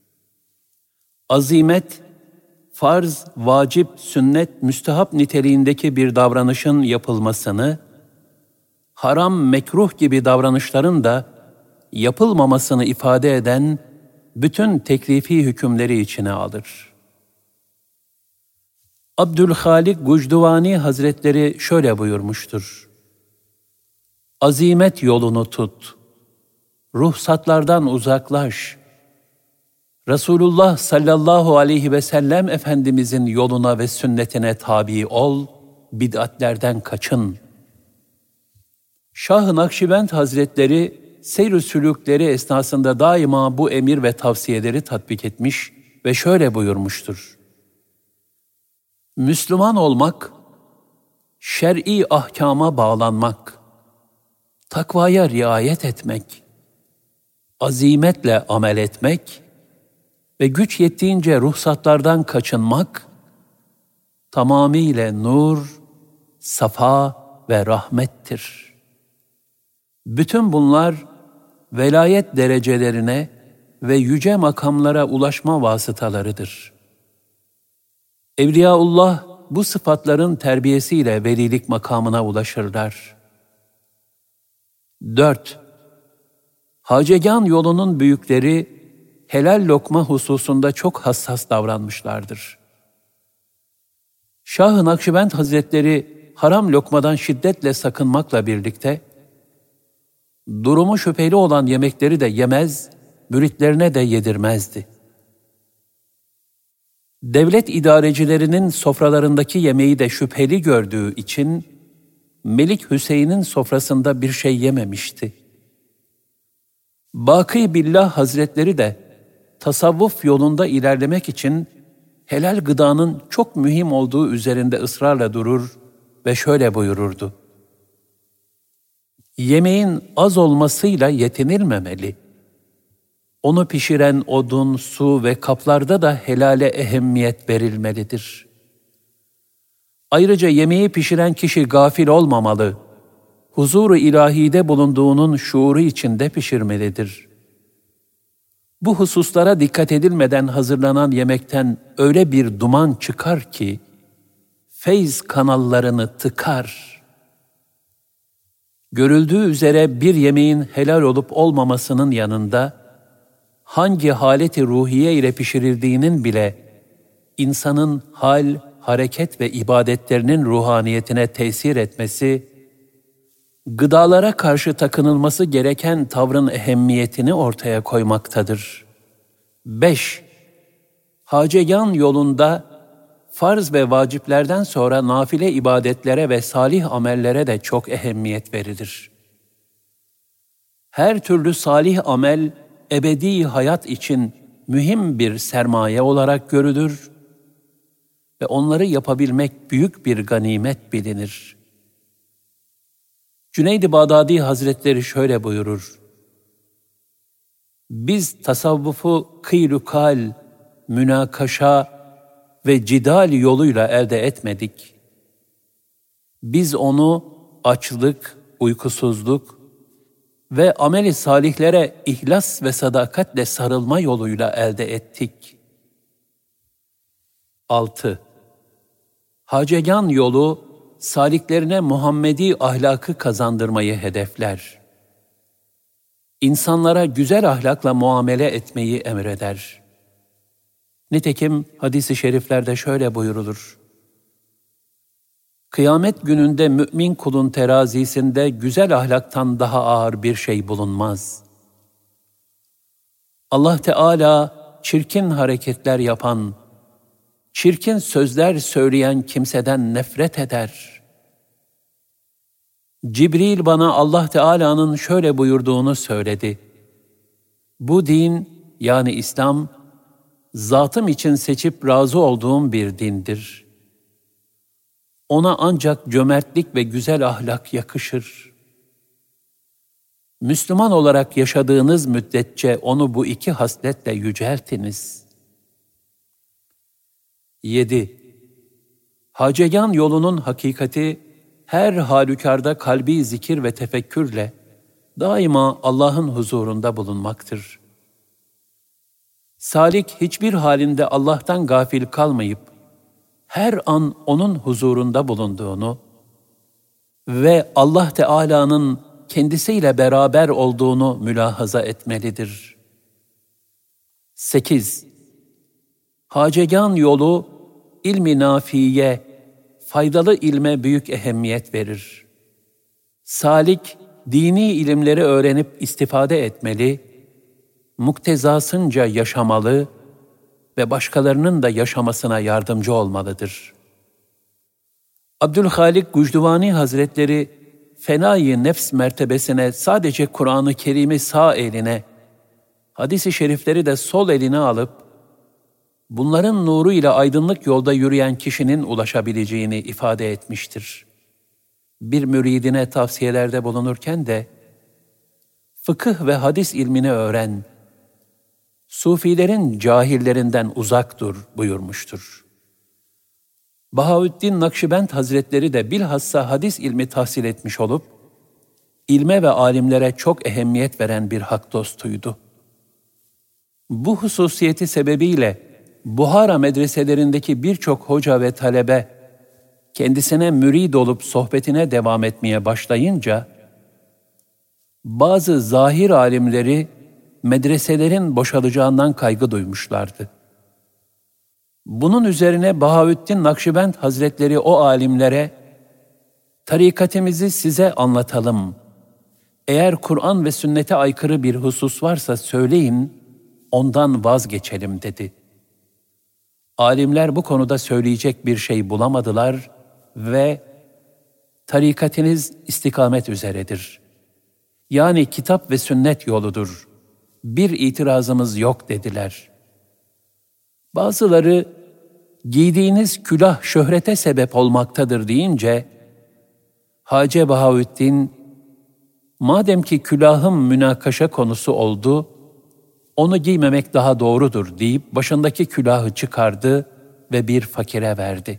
Azimet, farz, vacip, sünnet, müstehap niteliğindeki bir davranışın yapılmasını, haram, mekruh gibi davranışların da yapılmamasını ifade eden bütün teklifi hükümleri içine alır. Abdülhalik Gucduvani Hazretleri şöyle buyurmuştur: azimet yolunu tut, ruhsatlardan uzaklaş, Resulullah sallallahu aleyhi ve sellem Efendimizin yoluna ve sünnetine tabi ol, bid'atlerden kaçın. Şah-ı Nakşibend Hazretleri, seyr-i sülûkleri esnasında daima bu emir ve tavsiyeleri tatbik etmiş ve şöyle buyurmuştur: Müslüman olmak, şer'i ahkama bağlanmak, takvaya riayet etmek, azimetle amel etmek ve güç yettiğince ruhsatlardan kaçınmak, tamamıyla nur, safa ve rahmettir. Bütün bunlar, velayet derecelerine ve yüce makamlara ulaşma vasıtalarıdır. Evliyaullah bu sıfatların terbiyesiyle velilik makamına ulaşırlar. dört. Hacegan yolunun büyükleri, helal lokma hususunda çok hassas davranmışlardır. Şah-ı Nakşibend Hazretleri, haram lokmadan şiddetle sakınmakla birlikte, durumu şüpheli olan yemekleri de yemez, müritlerine de yedirmezdi. Devlet idarecilerinin sofralarındaki yemeği de şüpheli gördüğü için, Melik Hüseyin'in sofrasında bir şey yememişti. Baki Billah Hazretleri de, tasavvuf yolunda ilerlemek için, helal gıdanın çok mühim olduğu üzerinde ısrarla durur ve şöyle buyururdu: yemeğin az olmasıyla yetinilmemeli. Onu pişiren odun, su ve kaplarda da helale ehemmiyet verilmelidir. Ayrıca yemeği pişiren kişi gafil olmamalı, huzur-u ilahide bulunduğunun şuuru içinde pişirmelidir. Bu hususlara dikkat edilmeden hazırlanan yemekten öyle bir duman çıkar ki, feyz kanallarını tıkar. Görüldüğü üzere bir yemeğin helal olup olmamasının yanında, hangi haleti ruhiye ile pişirildiğinin bile, insanın hal, hareket ve ibadetlerinin ruhaniyetine tesir etmesi, gıdalara karşı takınılması gereken tavrın ehemmiyetini ortaya koymaktadır. beş. Hacegan yolunda, farz ve vaciplerden sonra nafile ibadetlere ve salih amellere de çok ehemmiyet verilir. Her türlü salih amel, ebedi hayat için mühim bir sermaye olarak görülür ve onları yapabilmek büyük bir ganimet bilinir. Cüneyd-i Bağdadi Hazretleri şöyle buyurur: biz tasavvufu kıylukal, münakaşa ve cidal yoluyla elde etmedik. Biz onu açlık, uykusuzluk ve amel-i salihlere ihlas ve sadakatle sarılma yoluyla elde ettik. altı. Hacegan yolu, saliklerine Muhammedi ahlakı kazandırmayı hedefler. İnsanlara güzel ahlakla muamele etmeyi emreder. Nitekim hadis-i şeriflerde şöyle buyurulur: Kıyamet gününde mümin kulun terazisinde güzel ahlaktan daha ağır bir şey bulunmaz. Allah Teala çirkin hareketler yapan, çirkin sözler söyleyen kimseden nefret eder. Cibril bana Allah Teala'nın şöyle buyurduğunu söyledi: Bu din, yani İslam, zatım için seçip razı olduğum bir dindir. Ona ancak cömertlik ve güzel ahlak yakışır. Müslüman olarak yaşadığınız müddetçe onu bu iki hasletle yüceltiniz. yedi. Hacegan yolunun hakikati, her halükarda kalbi zikir ve tefekkürle daima Allah'ın huzurunda bulunmaktır. Salik hiçbir halinde Allah'tan gafil kalmayıp, her an onun huzurunda bulunduğunu ve Allah Teala'nın kendisiyle beraber olduğunu mülahaza etmelidir. sekiz. Hacegan yolu, ilmi nafiye, faydalı ilme büyük ehemmiyet verir. Salik, dini ilimleri öğrenip istifade etmeli, muktezasınca yaşamalı ve başkalarının da yaşamasına yardımcı olmalıdır. Abdülhalik Gucduvani Hazretleri, fenai nefs mertebesine sadece Kur'an-ı Kerim'i sağ eline, hadis-i şerifleri de sol eline alıp, bunların nuru ile aydınlık yolda yürüyen kişinin ulaşabileceğini ifade etmiştir. Bir müridine tavsiyelerde bulunurken de, fıkıh ve hadis ilmini öğren, Sufilerin cahillerinden uzak dur buyurmuştur. Bahaüddin Nakşibend Hazretleri de bilhassa hadis ilmi tahsil etmiş olup, ilme ve alimlere çok ehemmiyet veren bir hak dostuydu. Bu hususiyeti sebebiyle Buhara medreselerindeki birçok hoca ve talebe kendisine mürid olup sohbetine devam etmeye başlayınca, bazı zahir alimleri medreselerin boşalacağından kaygı duymuşlardı. Bunun üzerine Bahaüddin Nakşibend Hazretleri o alimlere, tarikatimizi size anlatalım. Eğer Kur'an ve sünnete aykırı bir husus varsa söyleyin, ondan vazgeçelim dedi. Alimler bu konuda söyleyecek bir şey bulamadılar ve tarikatiniz istikamet üzeredir. Yani kitap ve sünnet yoludur. Bir itirazımız yok dediler. Bazıları, giydiğiniz külah şöhrete sebep olmaktadır deyince, Hacı Bahaüddin, madem ki külahım münakaşa konusu oldu, onu giymemek daha doğrudur deyip başındaki külahı çıkardı ve bir fakire verdi.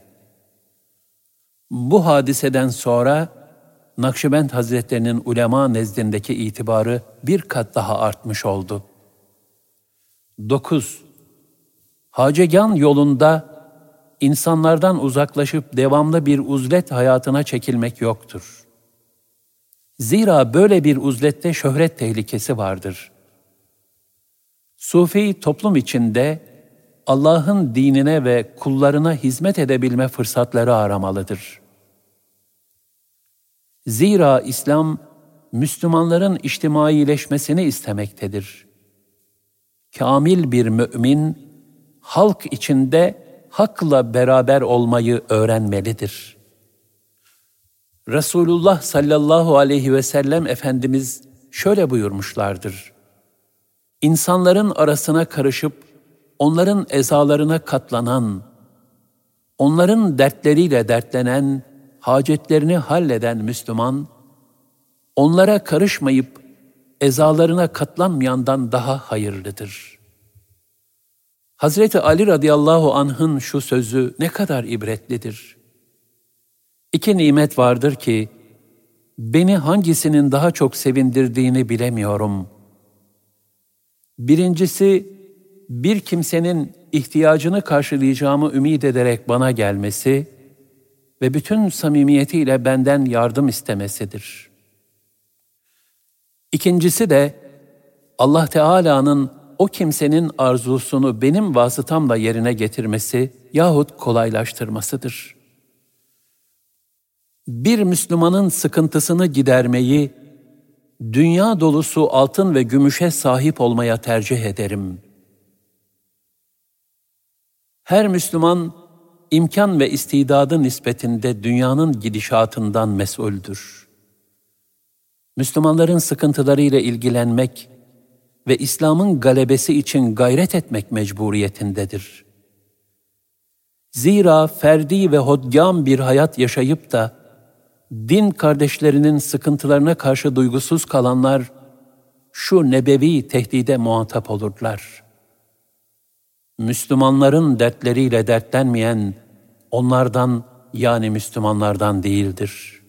Bu hadiseden sonra Nakşibend Hazretlerinin ulema nezdindeki itibarı bir kat daha artmış oldu. dokuz. Hacegan yolunda insanlardan uzaklaşıp devamlı bir uzlet hayatına çekilmek yoktur. Zira böyle bir uzlette şöhret tehlikesi vardır. Sufi toplum içinde Allah'ın dinine ve kullarına hizmet edebilme fırsatları aramalıdır. Zira İslam, Müslümanların içtimaileşmesini istemektedir. Kamil bir mümin, halk içinde hakla beraber olmayı öğrenmelidir. Resulullah sallallahu aleyhi ve sellem Efendimiz şöyle buyurmuşlardır: İnsanların arasına karışıp, onların ezalarına katlanan, onların dertleriyle dertlenen, hacetlerini halleden Müslüman, onlara karışmayıp ezalarına katlanmayandan daha hayırlıdır. Hazreti Ali radıyallahu anh'ın şu sözü ne kadar ibretlidir. İki nimet vardır ki, beni hangisinin daha çok sevindirdiğini bilemiyorum. Birincisi, bir kimsenin ihtiyacını karşılayacağımı ümit ederek bana gelmesi ve bütün samimiyetiyle benden yardım istemesidir. İkincisi de Allah Teala'nın o kimsenin arzusunu benim vasıtamla yerine getirmesi yahut kolaylaştırmasıdır. Bir Müslümanın sıkıntısını gidermeyi, dünya dolusu altın ve gümüşe sahip olmaya tercih ederim. Her Müslüman, imkan ve istidadı nispetinde dünyanın gidişatından mesuldür. Müslümanların sıkıntılarıyla ilgilenmek ve İslam'ın galebesi için gayret etmek mecburiyetindedir. Zira ferdi ve hodgâm bir hayat yaşayıp da din kardeşlerinin sıkıntılarına karşı duygusuz kalanlar şu nebevi tehdide muhatap olurlar. Müslümanların dertleriyle dertlenmeyen onlardan, yani Müslümanlardan değildir.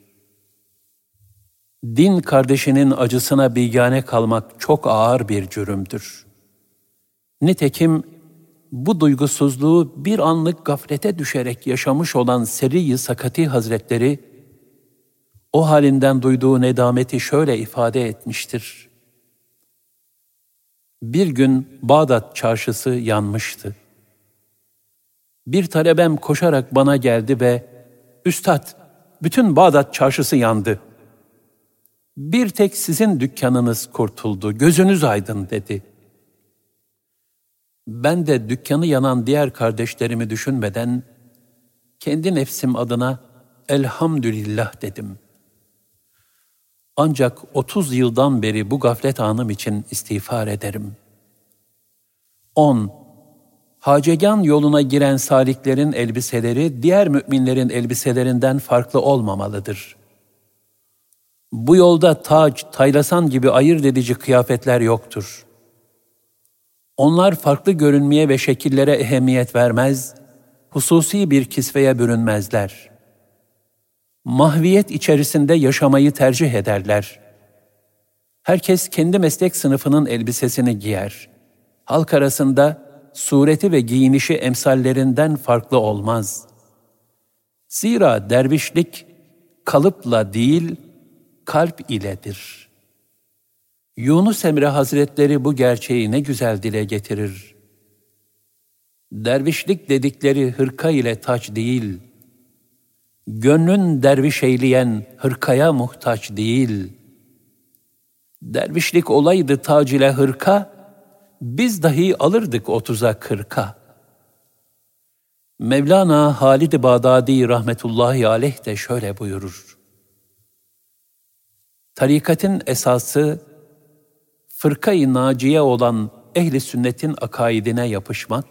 Din kardeşinin acısına bigane kalmak çok ağır bir cürümdür. Nitekim bu duygusuzluğu bir anlık gaflete düşerek yaşamış olan Seri-i Sakati Hazretleri, o halinden duyduğu nedameti şöyle ifade etmiştir. Bir gün Bağdat çarşısı yanmıştı. Bir talebem koşarak bana geldi ve "Üstad, bütün Bağdat çarşısı yandı. Bir tek sizin dükkanınız kurtuldu, gözünüz aydın" dedi. Ben de dükkanı yanan diğer kardeşlerimi düşünmeden kendi nefsim adına elhamdülillah dedim. Ancak otuz yıldan beri bu gaflet anım için istiğfar ederim. on. Hacegan yoluna giren saliklerin elbiseleri diğer müminlerin elbiselerinden farklı olmamalıdır. Bu yolda tac, taylasan gibi ayırt edici kıyafetler yoktur. Onlar farklı görünmeye ve şekillere ehemmiyet vermez, hususi bir kisveye bürünmezler. Mahviyet içerisinde yaşamayı tercih ederler. Herkes kendi meslek sınıfının elbisesini giyer. Halk arasında sureti ve giyinişi emsallerinden farklı olmaz. Zira dervişlik kalıpla değil, kalp iledir. Yunus Emre Hazretleri bu gerçeği ne güzel dile getirir. Dervişlik dedikleri hırka ile taç değil, gönlün derviş eyleyen hırkaya muhtaç değil. Dervişlik olaydı tac ile hırka, biz dahi alırdık otuza kırka. Mevlana Halid-i Bağdadi rahmetullahi aleyh de şöyle buyurur. Tarikatın esası, fırka-i naciye olan ehli sünnetin akaidine yapışmak,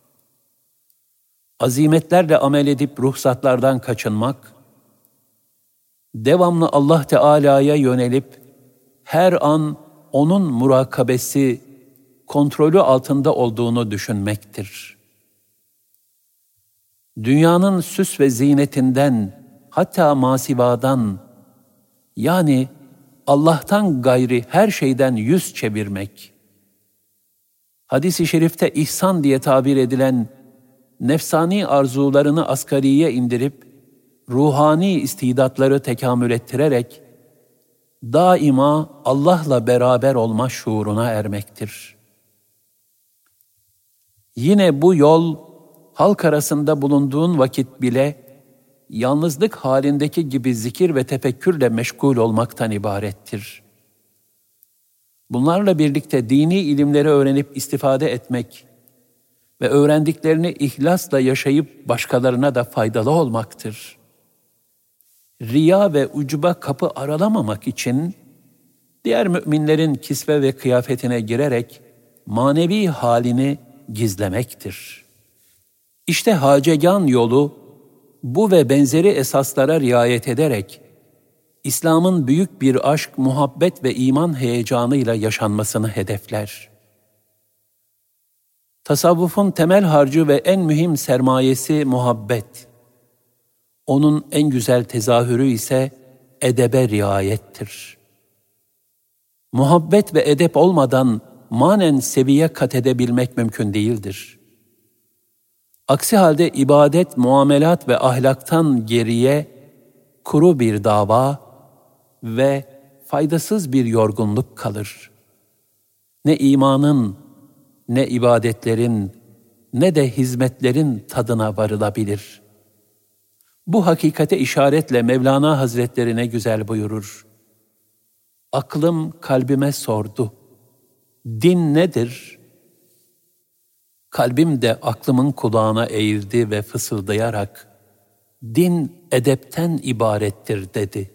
azimetlerle amel edip ruhsatlardan kaçınmak, devamlı Allah Teala'ya yönelip her an onun murakabesi, kontrolü altında olduğunu düşünmektir. Dünyanın süs ve zinetinden, hatta masivadan, yani Allah'tan gayri her şeyden yüz çevirmek, hadis-i şerifte ihsan diye tabir edilen nefsani arzularını asgariye indirip, ruhani istidatları tekamül ettirerek, daima Allah'la beraber olma şuuruna ermektir. Yine bu yol, halk arasında bulunduğun vakit bile, yalnızlık halindeki gibi zikir ve tefekkürle meşgul olmaktan ibarettir. Bunlarla birlikte dini ilimleri öğrenip istifade etmek ve öğrendiklerini ihlasla yaşayıp başkalarına da faydalı olmaktır. Riya ve ucuba kapı aralamamak için, diğer müminlerin kisve ve kıyafetine girerek manevi halini gizlemektir. İşte hacegan yolu, bu ve benzeri esaslara riayet ederek, İslam'ın büyük bir aşk, muhabbet ve iman heyecanıyla yaşanmasını hedefler. Tasavvufun temel harcı ve en mühim sermayesi muhabbet. Onun en güzel tezahürü ise edebe riayettir. Muhabbet ve edep olmadan manen seviye kat edebilmek mümkün değildir. Aksi halde ibadet, muamelat ve ahlaktan geriye kuru bir dava ve faydasız bir yorgunluk kalır. Ne imanın, ne ibadetlerin, ne de hizmetlerin tadına varılabilir. Bu hakikate işaretle Mevlana Hazretleri ne güzel buyurur. Aklım kalbime sordu. Din nedir? Kalbim de aklımın kulağına eğildi ve fısıldayarak, din edepten ibarettir dedi.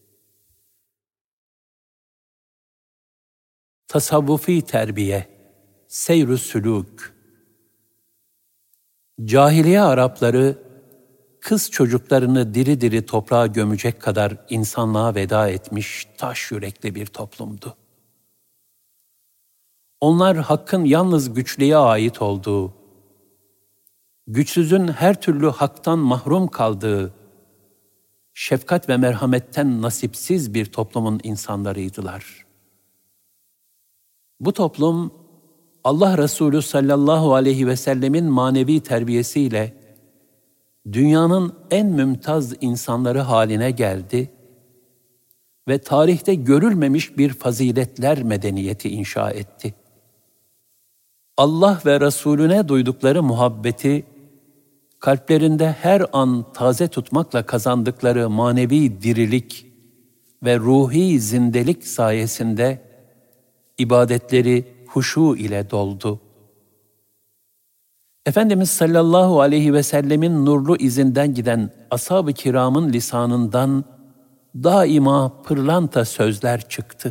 Tasavvufi terbiye, seyr-ü sülûk. Cahiliye Arapları, kız çocuklarını diri diri toprağa gömecek kadar insanlığa veda etmiş taş yürekli bir toplumdu. Onlar hakkın yalnız güçlüye ait olduğu, güçsüzün her türlü haktan mahrum kaldığı, şefkat ve merhametten nasipsiz bir toplumun insanlarıydılar. Bu toplum, Allah Resulü sallallahu aleyhi ve sellemin manevi terbiyesiyle dünyanın en mümtaz insanları haline geldi ve tarihte görülmemiş bir faziletler medeniyeti inşa etti. Allah ve Resulüne duydukları muhabbeti, kalplerinde her an taze tutmakla kazandıkları manevi dirilik ve ruhi zindelik sayesinde ibadetleri huşu ile doldu. Efendimiz sallallahu aleyhi ve sellemin nurlu izinden giden ashab-ı kiramın lisanından daima pırlanta sözler çıktı.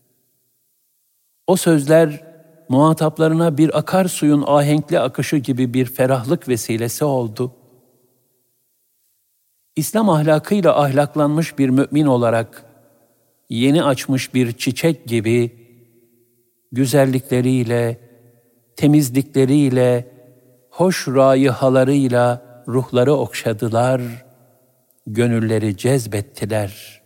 O sözler muhataplarına bir akarsuyun ahenkli akışı gibi bir ferahlık vesilesi oldu. İslam ahlakıyla ahlaklanmış bir mümin olarak yeni açmış bir çiçek gibi güzellikleriyle, temizlikleriyle, hoş raihalarıyla ruhları okşadılar, gönülleri cezbettiler.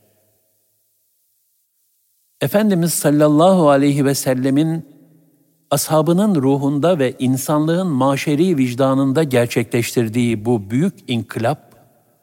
Efendimiz sallallahu aleyhi ve sellemin ashabının ruhunda ve insanlığın maşeri vicdanında gerçekleştirdiği bu büyük inkılap,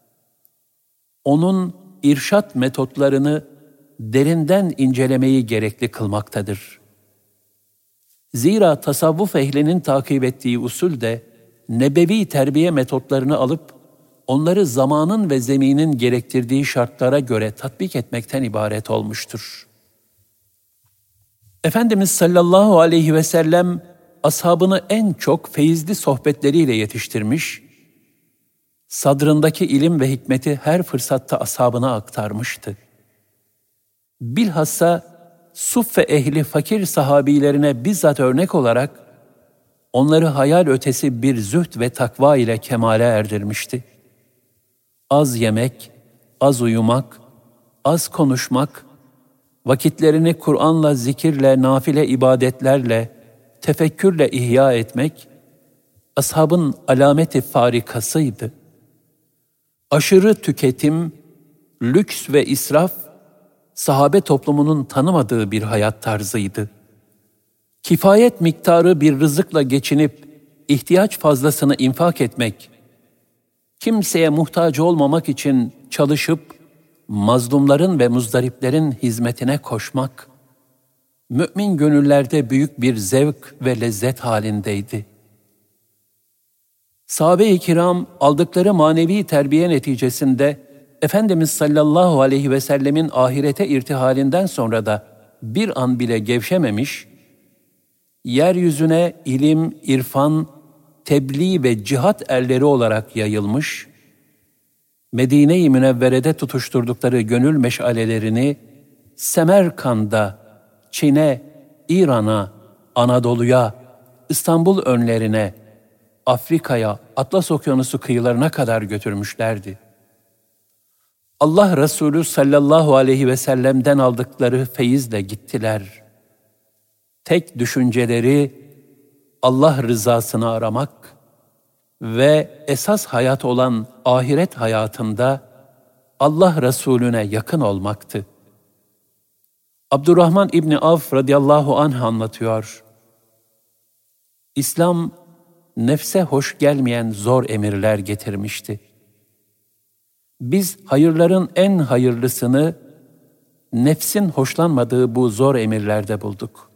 onun irşat metotlarını derinden incelemeyi gerekli kılmaktadır. Zira tasavvuf ehlinin takip ettiği usul de nebevi terbiye metotlarını alıp onları zamanın ve zeminin gerektirdiği şartlara göre tatbik etmekten ibaret olmuştur. Efendimiz sallallahu aleyhi ve sellem ashabını en çok feyizli sohbetleriyle yetiştirmiş, sadrındaki ilim ve hikmeti her fırsatta ashabına aktarmıştı. Bilhassa Suffe ehli fakir sahabilerine bizzat örnek olarak onları hayal ötesi bir zühd ve takva ile kemale erdirmişti. Az yemek, az uyumak, az konuşmak, vakitlerini Kur'an'la, zikirle, nafile ibadetlerle, tefekkürle ihya etmek, ashabın alameti farikasıydı. Aşırı tüketim, lüks ve israf, sahabe toplumunun tanımadığı bir hayat tarzıydı. Kifayet miktarı bir rızıkla geçinip, ihtiyaç fazlasını infak etmek, kimseye muhtaç olmamak için çalışıp, mazlumların ve muzdariplerin hizmetine koşmak, mümin gönüllerde büyük bir zevk ve lezzet halindeydi. Sahabe-i kiram aldıkları manevi terbiye neticesinde Efendimiz sallallahu aleyhi ve sellemin ahirete irtihalinden sonra da bir an bile gevşememiş, yeryüzüne ilim, irfan, tebliğ ve cihat erleri olarak yayılmış, Medine-i Münevvere'de tutuşturdukları gönül meşalelerini Semerkand'a, Çin'e, İran'a, Anadolu'ya, İstanbul önlerine, Afrika'ya, Atlas Okyanusu kıyılarına kadar götürmüşlerdi. Allah Resulü sallallahu aleyhi ve sellem'den aldıkları feyizle gittiler. Tek düşünceleri Allah rızasını aramak ve esas hayat olan ahiret hayatında Allah Resulüne yakın olmaktı. Abdurrahman İbni Avf radıyallahu anh anlatıyor. İslam, nefse hoş gelmeyen zor emirler getirmişti. Biz hayırların en hayırlısını, nefsin hoşlanmadığı bu zor emirlerde bulduk.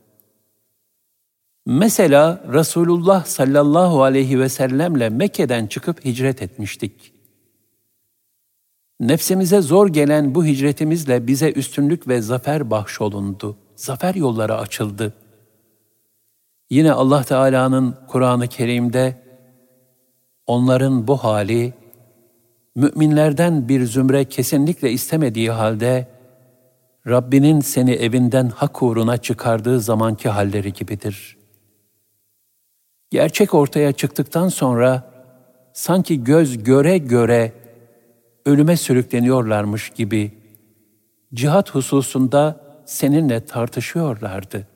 Mesela Resulullah sallallahu aleyhi ve sellemle Mekke'den çıkıp hicret etmiştik. Nefsimize zor gelen bu hicretimizle bize üstünlük ve zafer bahşolundu. Zafer yolları açıldı. Yine Allah Teala'nın Kur'an-ı Kerim'de onların bu hali, müminlerden bir zümre kesinlikle istemediği halde, Rabbinin seni evinden hak uğruna çıkardığı zamanki halleri gibidir. Gerçek ortaya çıktıktan sonra, sanki göz göre göre ölüme sürükleniyorlarmış gibi, cihat hususunda seninle tartışıyorlardı.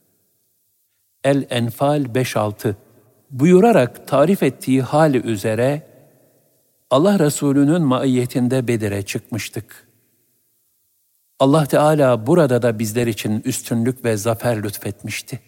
El-Enfal beş altı buyurarak tarif ettiği hali üzere, Allah Resulü'nün maiyetinde Bedir'e çıkmıştık. Allah Teala burada da bizler için üstünlük ve zafer lütfetmişti.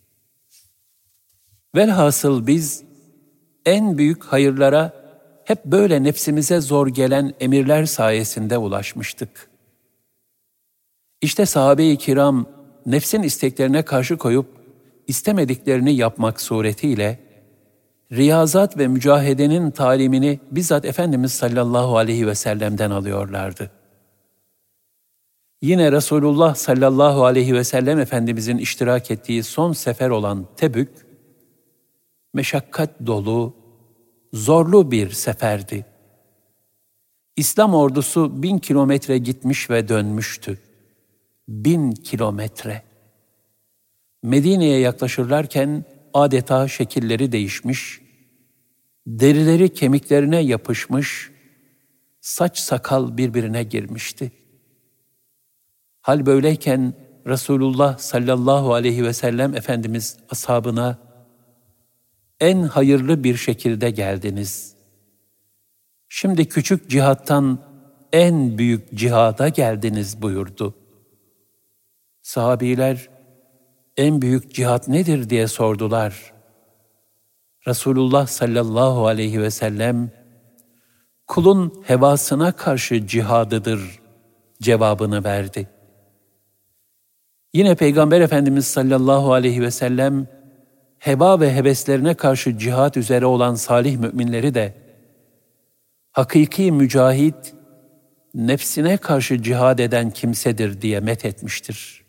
Velhasıl biz en büyük hayırlara hep böyle nefsimize zor gelen emirler sayesinde ulaşmıştık. İşte sahabe-i kiram nefsin isteklerine karşı koyup istemediklerini yapmak suretiyle riyazat ve mücahedenin talimini bizzat Efendimiz sallallahu aleyhi ve sellem'den alıyorlardı. Yine Resulullah sallallahu aleyhi ve sellem Efendimizin iştirak ettiği son sefer olan Tebük, meşakkat dolu, zorlu bir seferdi. İslam ordusu bin kilometre gitmiş ve dönmüştü. Bin kilometre. Medine'ye yaklaşırlarken adeta şekilleri değişmiş, derileri kemiklerine yapışmış, saç sakal birbirine girmişti. Hal böyleyken Resulullah sallallahu aleyhi ve sellem Efendimiz ashabına en hayırlı bir şekilde geldiniz. Şimdi küçük cihattan en büyük cihada geldiniz buyurdu. Sahabiler en büyük cihat nedir diye sordular. Resulullah sallallahu aleyhi ve sellem kulun hevasına karşı cihadıdır cevabını verdi. Yine Peygamber Efendimiz sallallahu aleyhi ve sellem heva ve heveslerine karşı cihat üzere olan salih müminleri de hakiki mücahit, nefsine karşı cihad eden kimsedir diye methetmiştir.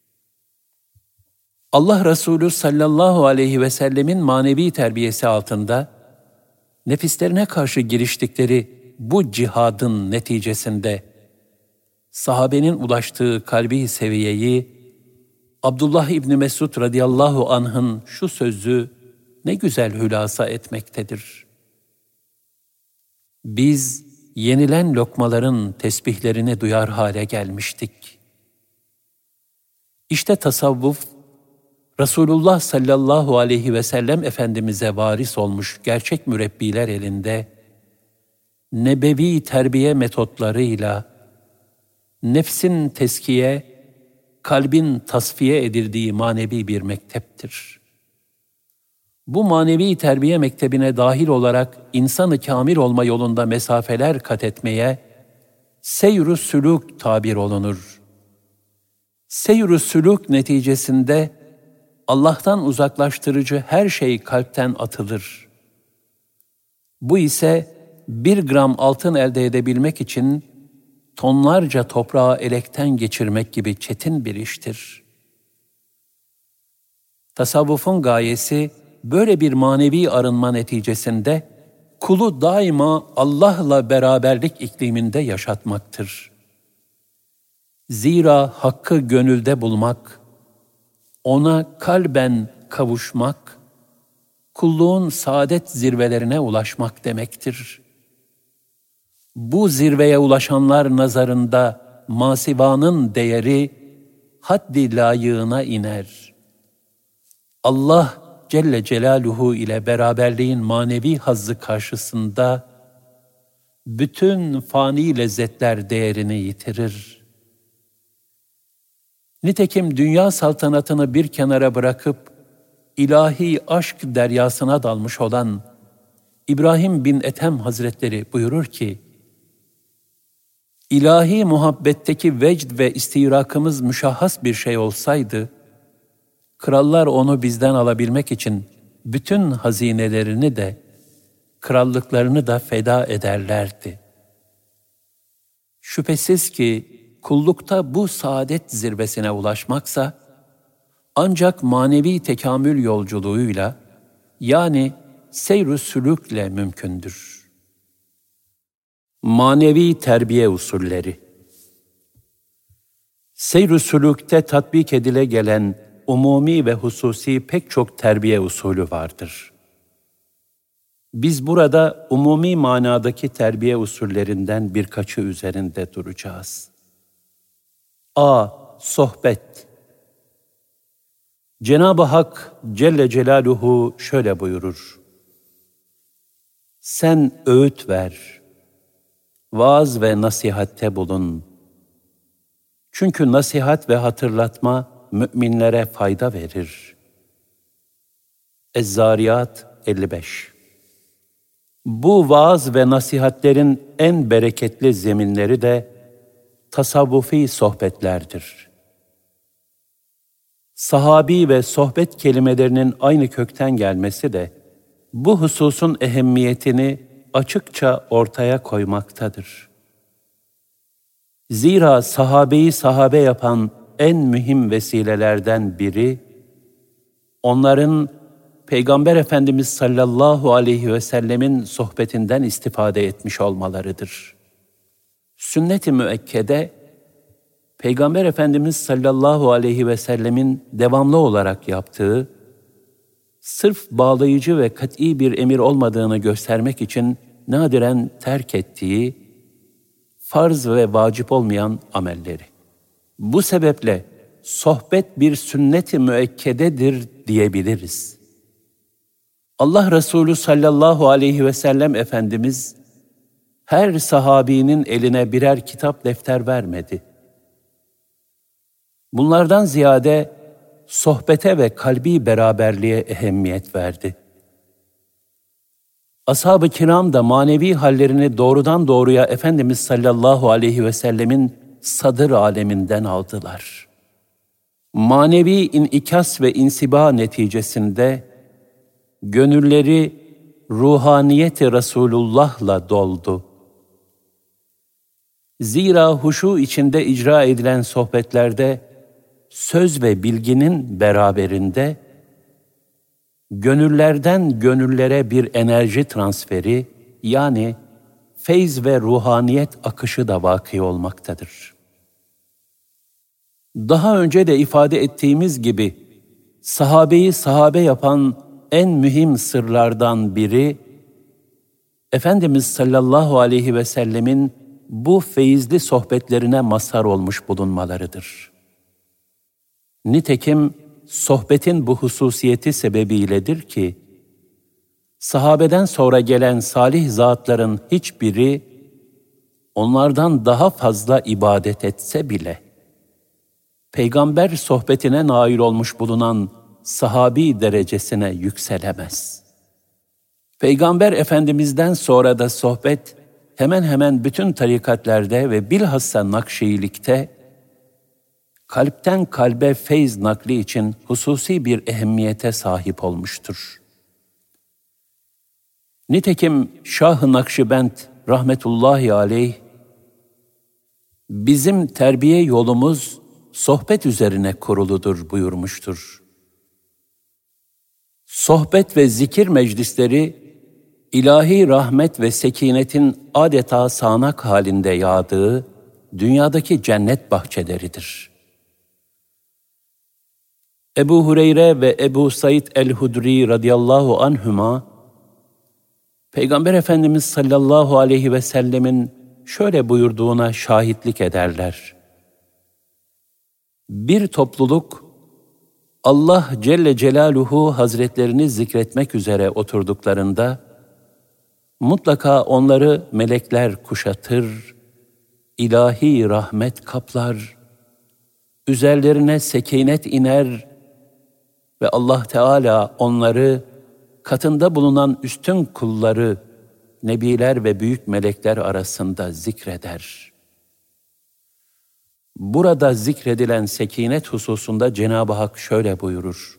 Allah Resulü sallallahu aleyhi ve sellemin manevi terbiyesi altında nefislerine karşı giriştikleri bu cihadın neticesinde sahabenin ulaştığı kalbi seviyeyi Abdullah İbni Mesud radıyallahu anh'ın şu sözü ne güzel hülasa etmektedir. Biz yenilen lokmaların tesbihlerini duyar hale gelmiştik. İşte tasavvuf, Resulullah sallallahu aleyhi ve sellem Efendimiz'e varis olmuş gerçek mürebbiler elinde, nebevi terbiye metotlarıyla, nefsin teskiye, kalbin tasfiye edildiği manevi bir mekteptir. Bu manevi terbiye mektebine dahil olarak insanı kamil olma yolunda mesafeler kat etmeye seyr-ü sülûk tabir olunur. Seyr-ü sülûk neticesinde Allah'tan uzaklaştırıcı her şey kalpten atılır. Bu ise bir gram altın elde edebilmek için tonlarca toprağı elekten geçirmek gibi çetin bir iştir. Tasavvufun gayesi böyle bir manevi arınma neticesinde kulu daima Allah'la beraberlik ikliminde yaşatmaktır. Zira hakkı gönülde bulmak, ona kalben kavuşmak, kulluğun saadet zirvelerine ulaşmak demektir. Bu zirveye ulaşanlar nazarında masivanın değeri haddi layığına iner. Allah Celle Celaluhu ile beraberliğin manevi hazzı karşısında bütün fani lezzetler değerini yitirir. Nitekim dünya saltanatını bir kenara bırakıp ilahi aşk deryasına dalmış olan İbrahim bin Ethem Hazretleri buyurur ki, İlahi muhabbetteki vecd ve istirakımız müşahhas bir şey olsaydı, krallar onu bizden alabilmek için bütün hazinelerini de, krallıklarını da feda ederlerdi. Şüphesiz ki kullukta bu saadet zirvesine ulaşmaksa, ancak manevi tekamül yolculuğuyla, yani seyr-ü sülükle mümkündür. Manevi terbiye usulleri. Seyr-ü sülükte tatbik edile gelen umumi ve hususi pek çok terbiye usulü vardır. Biz burada umumi manadaki terbiye usullerinden birkaçı üzerinde duracağız. A. Sohbet. Cenab-ı Hak Celle Celaluhu şöyle buyurur: Sen öğüt ver, vaaz ve nasihatte bulun. Çünkü nasihat ve hatırlatma müminlere fayda verir. Ez-Zariyat elli beş. Bu vaaz ve nasihatlerin en bereketli zeminleri de tasavvufi sohbetlerdir. Sahabi ve sohbet kelimelerinin aynı kökten gelmesi de bu hususun ehemmiyetini açıkça ortaya koymaktadır. Zira sahabeyi sahabe yapan en mühim vesilelerden biri, onların Peygamber Efendimiz sallallahu aleyhi ve sellemin sohbetinden istifade etmiş olmalarıdır. Sünnet-i müekkede, Peygamber Efendimiz sallallahu aleyhi ve sellemin devamlı olarak yaptığı, sırf bağlayıcı ve kat'i bir emir olmadığını göstermek için nadiren terk ettiği, farz ve vacip olmayan amelleri. Bu sebeple sohbet bir sünnet-i müekkededir diyebiliriz. Allah Resulü sallallahu aleyhi ve sellem Efendimiz, her sahabinin eline birer kitap defter vermedi. Bunlardan ziyade sohbete ve kalbi beraberliğe ehemmiyet verdi. Ashab-ı kiram da manevi hallerini doğrudan doğruya Efendimiz sallallahu aleyhi ve sellemin sadır aleminden aldılar. Manevi inikas ve insiba neticesinde gönülleri ruhaniyet-i Resulullah'la doldu. Zira huşu içinde icra edilen sohbetlerde söz ve bilginin beraberinde gönüllerden gönüllere bir enerji transferi, yani feyz ve ruhaniyet akışı da vaki olmaktadır. Daha önce de ifade ettiğimiz gibi sahabeyi sahabe yapan en mühim sırlardan biri, Efendimiz sallallahu aleyhi ve sellemin bu feyizli sohbetlerine mazhar olmuş bulunmalarıdır. Nitekim sohbetin bu hususiyeti sebebiyledir ki, sahabeden sonra gelen salih zatların hiçbiri, onlardan daha fazla ibadet etse bile, peygamber sohbetine nail olmuş bulunan sahabi derecesine yükselemez. Peygamber Efendimiz'den sonra da sohbet, hemen hemen bütün tarikatlerde ve bilhassa Nakşiyilikte, kalpten kalbe feyz nakli için hususi bir ehemmiyete sahip olmuştur. Nitekim Şah-ı Nakşibend rahmetullahi aleyh, bizim terbiye yolumuz sohbet üzerine kuruludur buyurmuştur. Sohbet ve zikir meclisleri, ilahi rahmet ve sekinetin adeta sağanak halinde yağdığı dünyadaki cennet bahçeleridir. Ebu Hureyre ve Ebu Said el-Hudri radıyallahu anhüma, Peygamber Efendimiz sallallahu aleyhi ve sellemin şöyle buyurduğuna şahitlik ederler. Bir topluluk, Allah Celle Celaluhu Hazretlerini zikretmek üzere oturduklarında, mutlaka onları melekler kuşatır, ilahi rahmet kaplar, üzerlerine sekinet iner ve Allah Teala onları katında bulunan üstün kulları, nebiler ve büyük melekler arasında zikreder. Burada zikredilen sekinet hususunda Cenab-ı Hak şöyle buyurur: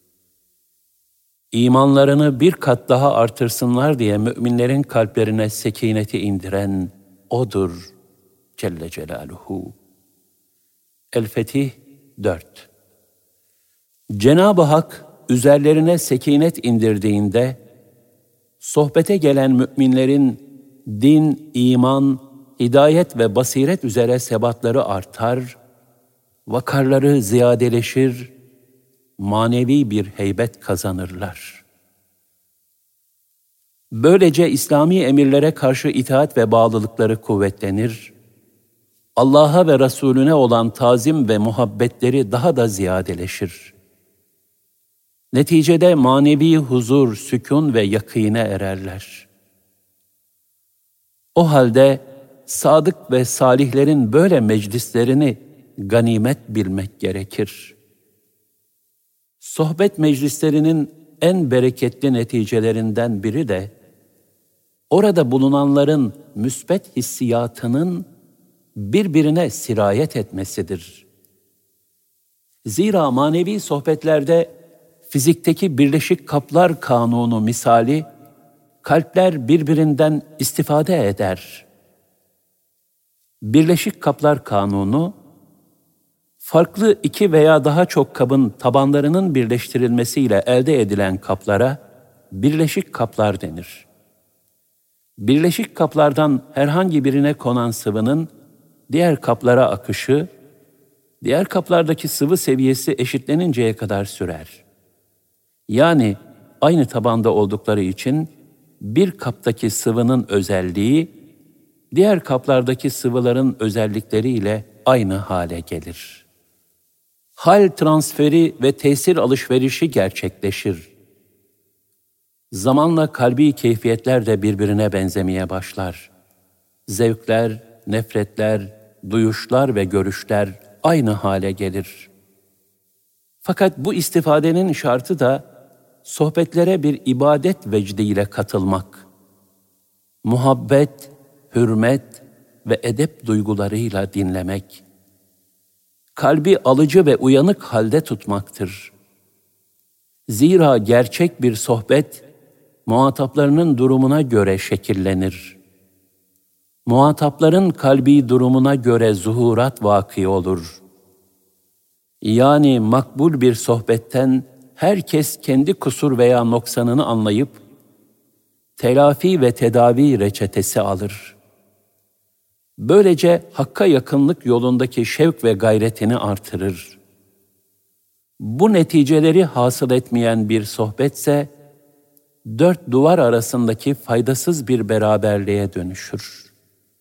İmanlarını bir kat daha artırsınlar diye müminlerin kalplerine sekineti indiren O'dur Celle Celaluhu. El-Fetih dört. Cenab-ı Hak üzerlerine sekinet indirdiğinde, sohbete gelen müminlerin din, iman, hidayet ve basiret üzere sebatları artar, vakarları ziyadeleşir, manevi bir heybet kazanırlar. Böylece İslami emirlere karşı itaat ve bağlılıkları kuvvetlenir, Allah'a ve Resulüne olan tazim ve muhabbetleri daha da ziyadeleşir. Neticede manevi huzur, sükun ve yakîne ererler. O halde sadık ve salihlerin böyle meclislerini ganimet bilmek gerekir. Sohbet meclislerinin en bereketli neticelerinden biri de, orada bulunanların müsbet hissiyatının birbirine sirayet etmesidir. Zira manevi sohbetlerde fizikteki birleşik kaplar kanunu misali, kalpler birbirinden istifade eder. Birleşik kaplar kanunu, farklı iki veya daha çok kabın tabanlarının birleştirilmesiyle elde edilen kaplara birleşik kaplar denir. Birleşik kaplardan herhangi birine konan sıvının diğer kaplara akışı, diğer kaplardaki sıvı seviyesi eşitleninceye kadar sürer. Yani aynı tabanda oldukları için bir kaptaki sıvının özelliği, diğer kaplardaki sıvıların özellikleriyle aynı hale gelir. Hal transferi ve tesir alışverişi gerçekleşir. Zamanla kalbi keyfiyetler de birbirine benzemeye başlar. Zevkler, nefretler, duyuşlar ve görüşler aynı hale gelir. Fakat bu istifadenin şartı da sohbetlere bir ibadet vecdiyle katılmak, muhabbet, hürmet ve edep duygularıyla dinlemek, kalbi alıcı ve uyanık halde tutmaktır. Zira gerçek bir sohbet, muhataplarının durumuna göre şekillenir. Muhatapların kalbi durumuna göre zuhurat vaki olur. Yani makbul bir sohbetten herkes kendi kusur veya noksanını anlayıp, telafi ve tedavi reçetesi alır. Böylece Hakk'a yakınlık yolundaki şevk ve gayretini artırır. Bu neticeleri hasıl etmeyen bir sohbetse, dört duvar arasındaki faydasız bir beraberliğe dönüşür.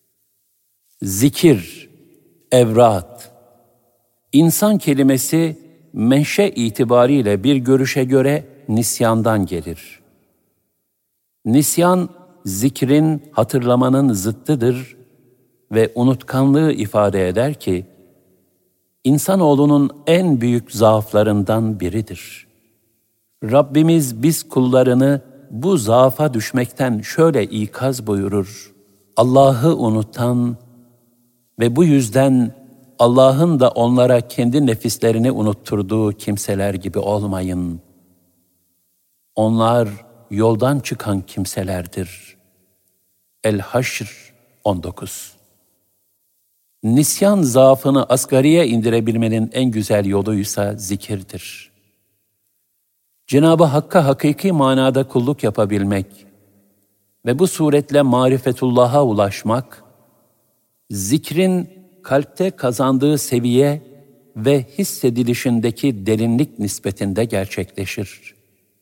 Zikir, evrat, insan kelimesi menşe itibariyle bir görüşe göre nisyandan gelir. Nisyan, zikrin, hatırlamanın zıttıdır ve unutkanlığı ifade eder ki, insanoğlunun en büyük zaaflarından biridir. Rabbimiz biz kullarını bu zaafa düşmekten şöyle ikaz buyurur: Allah'ı unutan ve bu yüzden Allah'ın da onlara kendi nefislerini unutturduğu kimseler gibi olmayın. Onlar yoldan çıkan kimselerdir. El-Haşr on dokuz. Nisyan zaafını asgariye indirebilmenin en güzel yoluysa zikirdir. Cenab-ı Hakk'a hakiki manada kulluk yapabilmek ve bu suretle marifetullah'a ulaşmak, zikrin kalpte kazandığı seviye ve hissedilişindeki derinlik nispetinde gerçekleşir.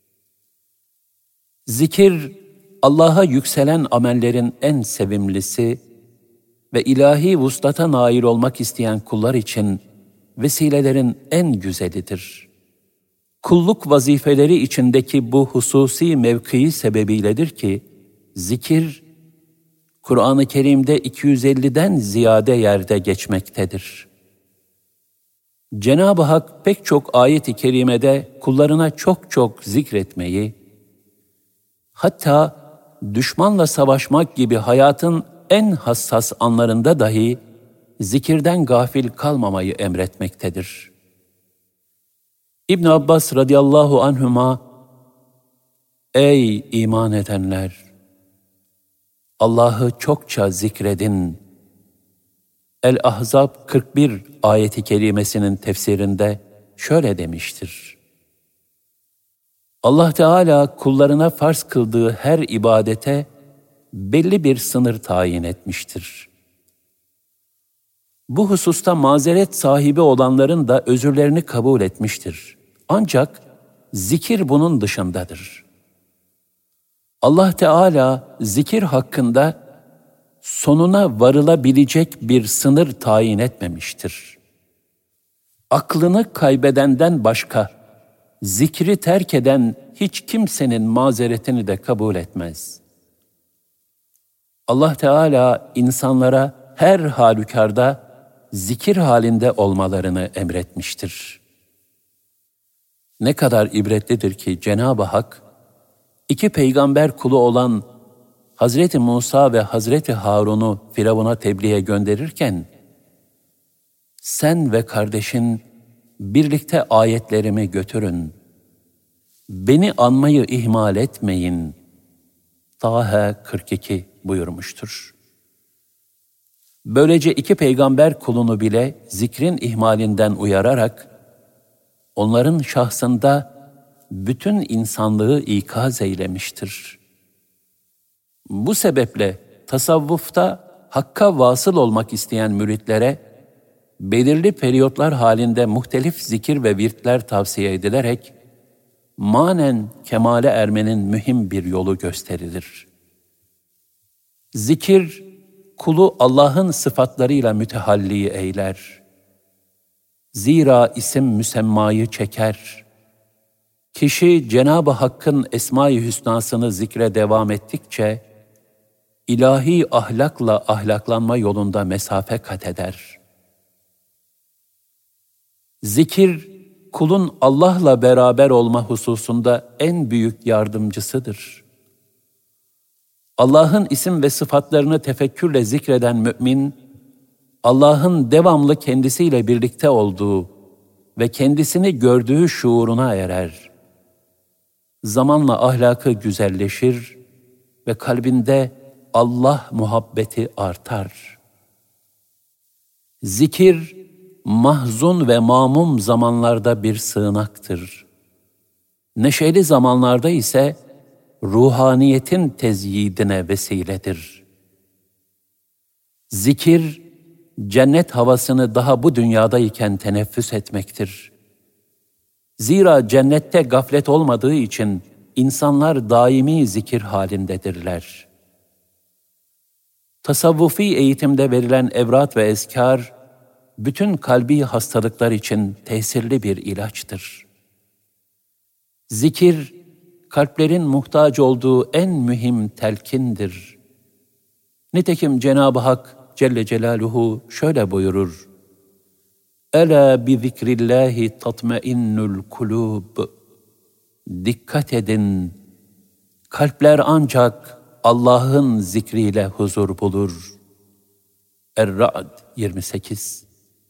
Zikir, Allah'a yükselen amellerin en sevimlisi ve ilahi vuslata nail olmak isteyen kullar için vesilelerin en güzelidir. Kulluk vazifeleri içindeki bu hususi mevkii sebebiyledir ki, zikir, Kur'an-ı Kerim'de iki yüz elliden ziyade yerde geçmektedir. Cenab-ı Hak pek çok ayet-i kerimede kullarına çok çok zikretmeyi, hatta düşmanla savaşmak gibi hayatın en hassas anlarında dahi zikirden gafil kalmamayı emretmektedir. İbn Abbas radıyallahu anhuma, "Ey iman edenler! Allah'ı çokça zikredin." El-Ahzab kırk bir ayeti kerimesinin tefsirinde şöyle demiştir: Allah Teala kullarına farz kıldığı her ibadete belli bir sınır tayin etmiştir. Bu hususta mazeret sahibi olanların da özürlerini kabul etmiştir. Ancak zikir bunun dışındadır. Allah Teala zikir hakkında sonuna varılabilecek bir sınır tayin etmemiştir. Aklını kaybedenden başka zikri terk eden hiç kimsenin mazeretini de kabul etmez. Allah Teala insanlara her halükarda zikir halinde olmalarını emretmiştir. Ne kadar ibretlidir ki Cenab-ı Hak, iki peygamber kulu olan Hazreti Musa ve Hazreti Harun'u Firavun'a tebliğe gönderirken, sen ve kardeşin birlikte ayetlerimi götürün, beni anmayı ihmal etmeyin. Taha kırk iki buyurmuştur. Böylece iki peygamber kulunu bile zikrin ihmalinden uyararak, onların şahsında bütün insanlığı ikaz eylemiştir. Bu sebeple tasavvufta hakka vasıl olmak isteyen müritlere belirli periyotlar halinde muhtelif zikir ve virtler tavsiye edilerek manen kemale ermenin mühim bir yolu gösterilir. Zikir, kulu Allah'ın sıfatlarıyla mütehalli eyler. Zira isim müsemmayı çeker. Kişi Cenab-ı Hakk'ın Esma-i Hüsnasını zikre devam ettikçe, ilahi ahlakla ahlaklanma yolunda mesafe kat eder. Zikir, kulun Allah'la beraber olma hususunda en büyük yardımcısıdır. Allah'ın isim ve sıfatlarını tefekkürle zikreden mümin, Allah'ın devamlı kendisiyle birlikte olduğu ve kendisini gördüğü şuuruna erer. Zamanla ahlakı güzelleşir ve kalbinde Allah muhabbeti artar. Zikir, mahzun ve mamum zamanlarda bir sığınaktır. Neşeli zamanlarda ise ruhaniyetin tezyidine vesiledir. Zikir, cennet havasını daha bu dünyadayken teneffüs etmektir. Zira cennette gaflet olmadığı için insanlar daimi zikir halindedirler. Tasavvufi eğitimde verilen evrat ve ezkar, bütün kalbi hastalıklar için tesirli bir ilaçtır. Zikir, kalplerin muhtaç olduğu en mühim telkindir. Nitekim Cenab-ı Hak Celle Celaluhu şöyle buyurur: "Ela bi zikrillahi tatmainnul kulub." Dikkat edin, kalpler ancak Allah'ın zikriyle huzur bulur. Er-Ra'd yirmi sekiz.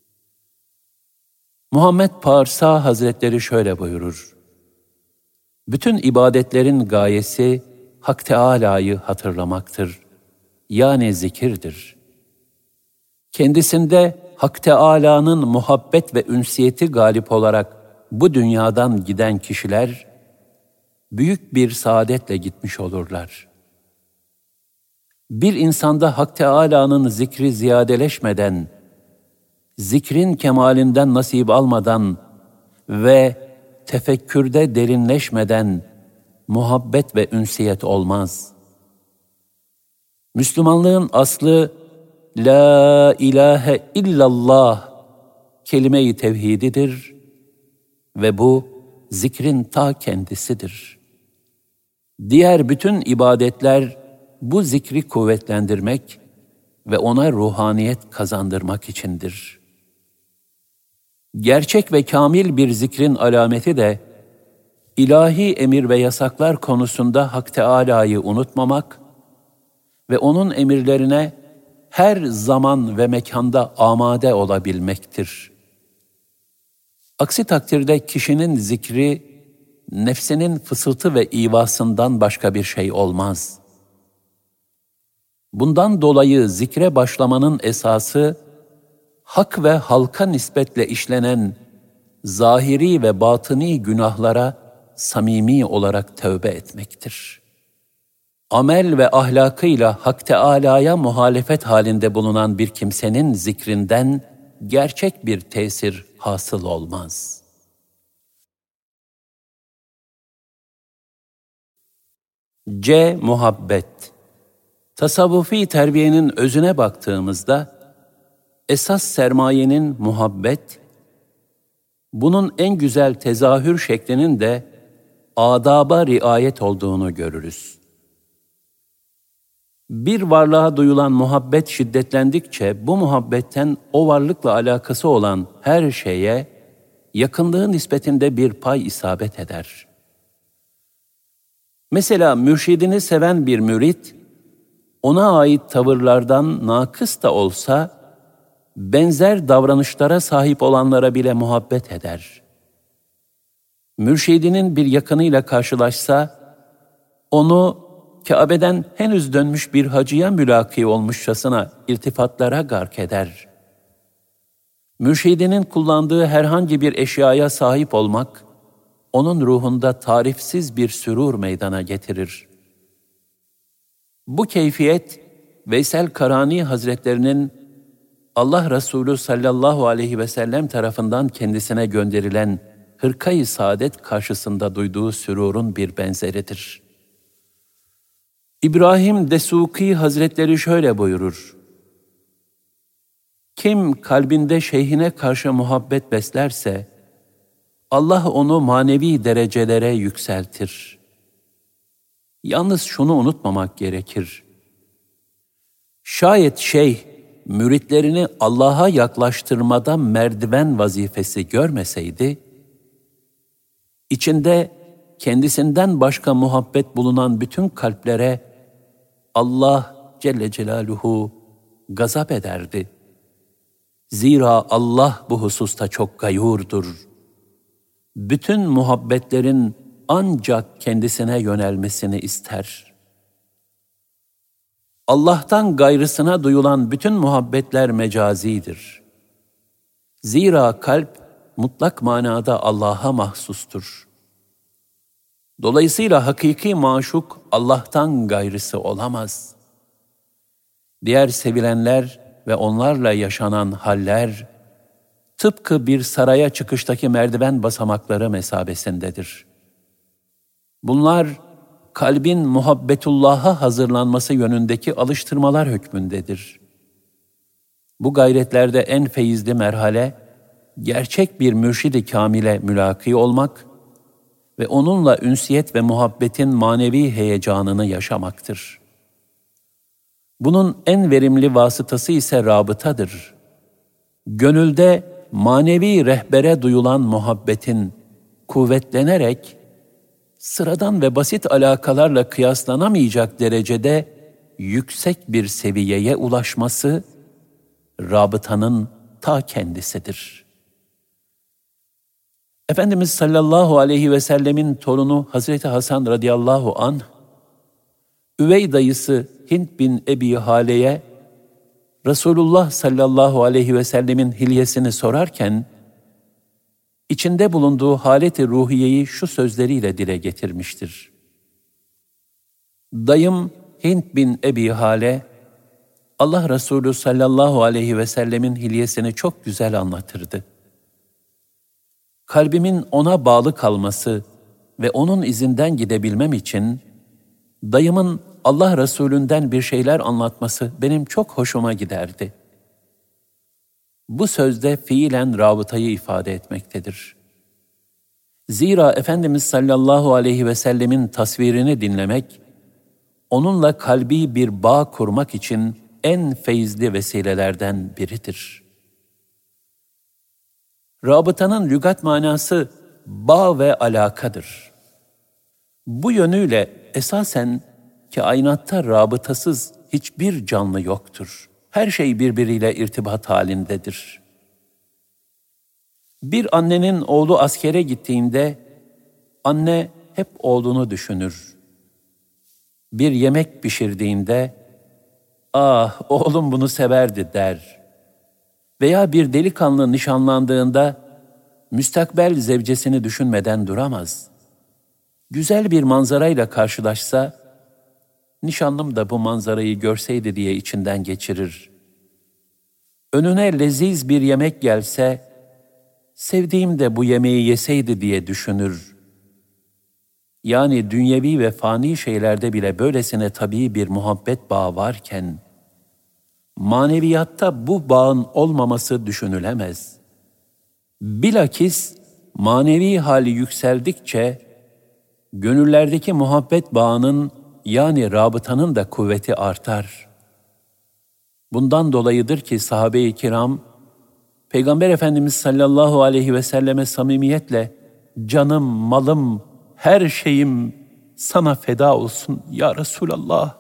Muhammed Parsa Hazretleri şöyle buyurur: bütün ibadetlerin gayesi Hak Teâlâ'yı hatırlamaktır. Yani zikirdir. Kendisinde Hak Teâlâ'nın muhabbet ve ünsiyeti galip olarak bu dünyadan giden kişiler, büyük bir saadetle gitmiş olurlar. Bir insanda Hak Teâlâ'nın zikri ziyadeleşmeden, zikrin kemalinden nasip almadan ve tefekkürde derinleşmeden muhabbet ve ünsiyet olmaz. Müslümanlığın aslı La ilahe illallah kelime-i tevhididir ve bu zikrin ta kendisidir. Diğer bütün ibadetler bu zikri kuvvetlendirmek ve ona ruhaniyet kazandırmak içindir. Gerçek ve kamil bir zikrin alameti de, ilahi emir ve yasaklar konusunda Hak Teâlâ'yı unutmamak ve onun emirlerine her zaman ve mekanda amade olabilmektir. Aksi takdirde kişinin zikri, nefsinin fısıltı ve ivasından başka bir şey olmaz. Bundan dolayı zikre başlamanın esası, hak ve halka nispetle işlenen zahiri ve batıni günahlara samimi olarak tövbe etmektir. Amel ve ahlakıyla Hak Teâlâ'ya muhalefet halinde bulunan bir kimsenin zikrinden gerçek bir tesir hasıl olmaz. C. Muhabbet. Tasavvufi terbiyenin özüne baktığımızda, esas sermayenin muhabbet, bunun en güzel tezahür şeklinin de adaba riayet olduğunu görürüz. Bir varlığa duyulan muhabbet şiddetlendikçe bu muhabbetten o varlıkla alakası olan her şeye yakınlığı nispetinde bir pay isabet eder. Mesela mürşidini seven bir mürit, ona ait tavırlardan nakıs da olsa, benzer davranışlara sahip olanlara bile muhabbet eder. Mürşidinin bir yakınıyla karşılaşsa, onu Kabe'den henüz dönmüş bir hacıya mülaki olmuşçasına iltifatlara gark eder. Mürşidinin kullandığı herhangi bir eşyaya sahip olmak, onun ruhunda tarifsiz bir sürur meydana getirir. Bu keyfiyet, Veysel Karani Hazretlerinin Allah Resulü sallallahu aleyhi ve sellem tarafından kendisine gönderilen hırka-i saadet karşısında duyduğu sürurun bir benzeridir. İbrahim Desuki Hazretleri şöyle buyurur: kim kalbinde şeyhine karşı muhabbet beslerse, Allah onu manevi derecelere yükseltir. Yalnız şunu unutmamak gerekir. Şayet şeyh, müritlerini Allah'a yaklaştırmada merdiven vazifesi görmeseydi, içinde kendisinden başka muhabbet bulunan bütün kalplere Allah Celle Celaluhu gazap ederdi. Zira Allah bu hususta çok gayurdur. Bütün muhabbetlerin ancak kendisine yönelmesini ister. Allah'tan gayrısına duyulan bütün muhabbetler mecazidir. Zira kalp mutlak manada Allah'a mahsustur. Dolayısıyla hakiki maşuk Allah'tan gayrısı olamaz. Diğer sevilenler ve onlarla yaşanan haller, tıpkı bir saraya çıkıştaki merdiven basamakları mesabesindedir. Bunlar, kalbin muhabbetullah'a hazırlanması yönündeki alıştırmalar hükmündedir. Bu gayretlerde en feyizli merhale, gerçek bir mürşid-i kamile mülaki olmak ve onunla ünsiyet ve muhabbetin manevi heyecanını yaşamaktır. Bunun en verimli vasıtası ise rabıtadır. Gönülde manevi rehbere duyulan muhabbetin kuvvetlenerek, sıradan ve basit alakalarla kıyaslanamayacak derecede yüksek bir seviyeye ulaşması, rabıtanın ta kendisidir. Efendimiz sallallahu aleyhi ve sellemin torunu Hazreti Hasan radıyallahu anh, üvey dayısı Hint bin Ebi Hale'ye Resulullah sallallahu aleyhi ve sellemin hilyesini sorarken, içinde bulunduğu haleti ruhiyeyi şu sözleriyle dile getirmiştir. Dayım Hint bin Ebi Hale, Allah Resulü sallallahu aleyhi ve sellemin hilyesini çok güzel anlatırdı. Kalbimin ona bağlı kalması ve onun izinden gidebilmem için, dayımın Allah Resulünden bir şeyler anlatması benim çok hoşuma giderdi. Bu sözde fiilen rabıtayı ifade etmektedir. Zira Efendimiz sallallahu aleyhi ve sellemin tasvirini dinlemek, onunla kalbi bir bağ kurmak için en feyizli vesilelerden biridir. Rabıtanın lügat manası bağ ve alakadır. Bu yönüyle esasen kainatta rabıtasız hiçbir canlı yoktur. Her şey birbiriyle irtibat halindedir. Bir annenin oğlu askere gittiğinde anne hep oğlunu düşünür. Bir yemek pişirdiğinde "Ah, oğlum bunu severdi." der. Veya bir delikanlı nişanlandığında müstakbel zevcesini düşünmeden duramaz. Güzel bir manzarayla karşılaşsa, nişanlım da bu manzarayı görseydi diye içinden geçirir. Önüne leziz bir yemek gelse, sevdiğim de bu yemeği yeseydi diye düşünür. Yani dünyevi ve fani şeylerde bile böylesine tabii bir muhabbet bağı varken, maneviyatta bu bağın olmaması düşünülemez. Bilakis manevi hali yükseldikçe, gönüllerdeki muhabbet bağının yani rabıtanın da kuvveti artar. Bundan dolayıdır ki sahabe-i kiram, Peygamber Efendimiz sallallahu aleyhi ve selleme samimiyetle "Canım, malım, her şeyim sana feda olsun ya Resulallah"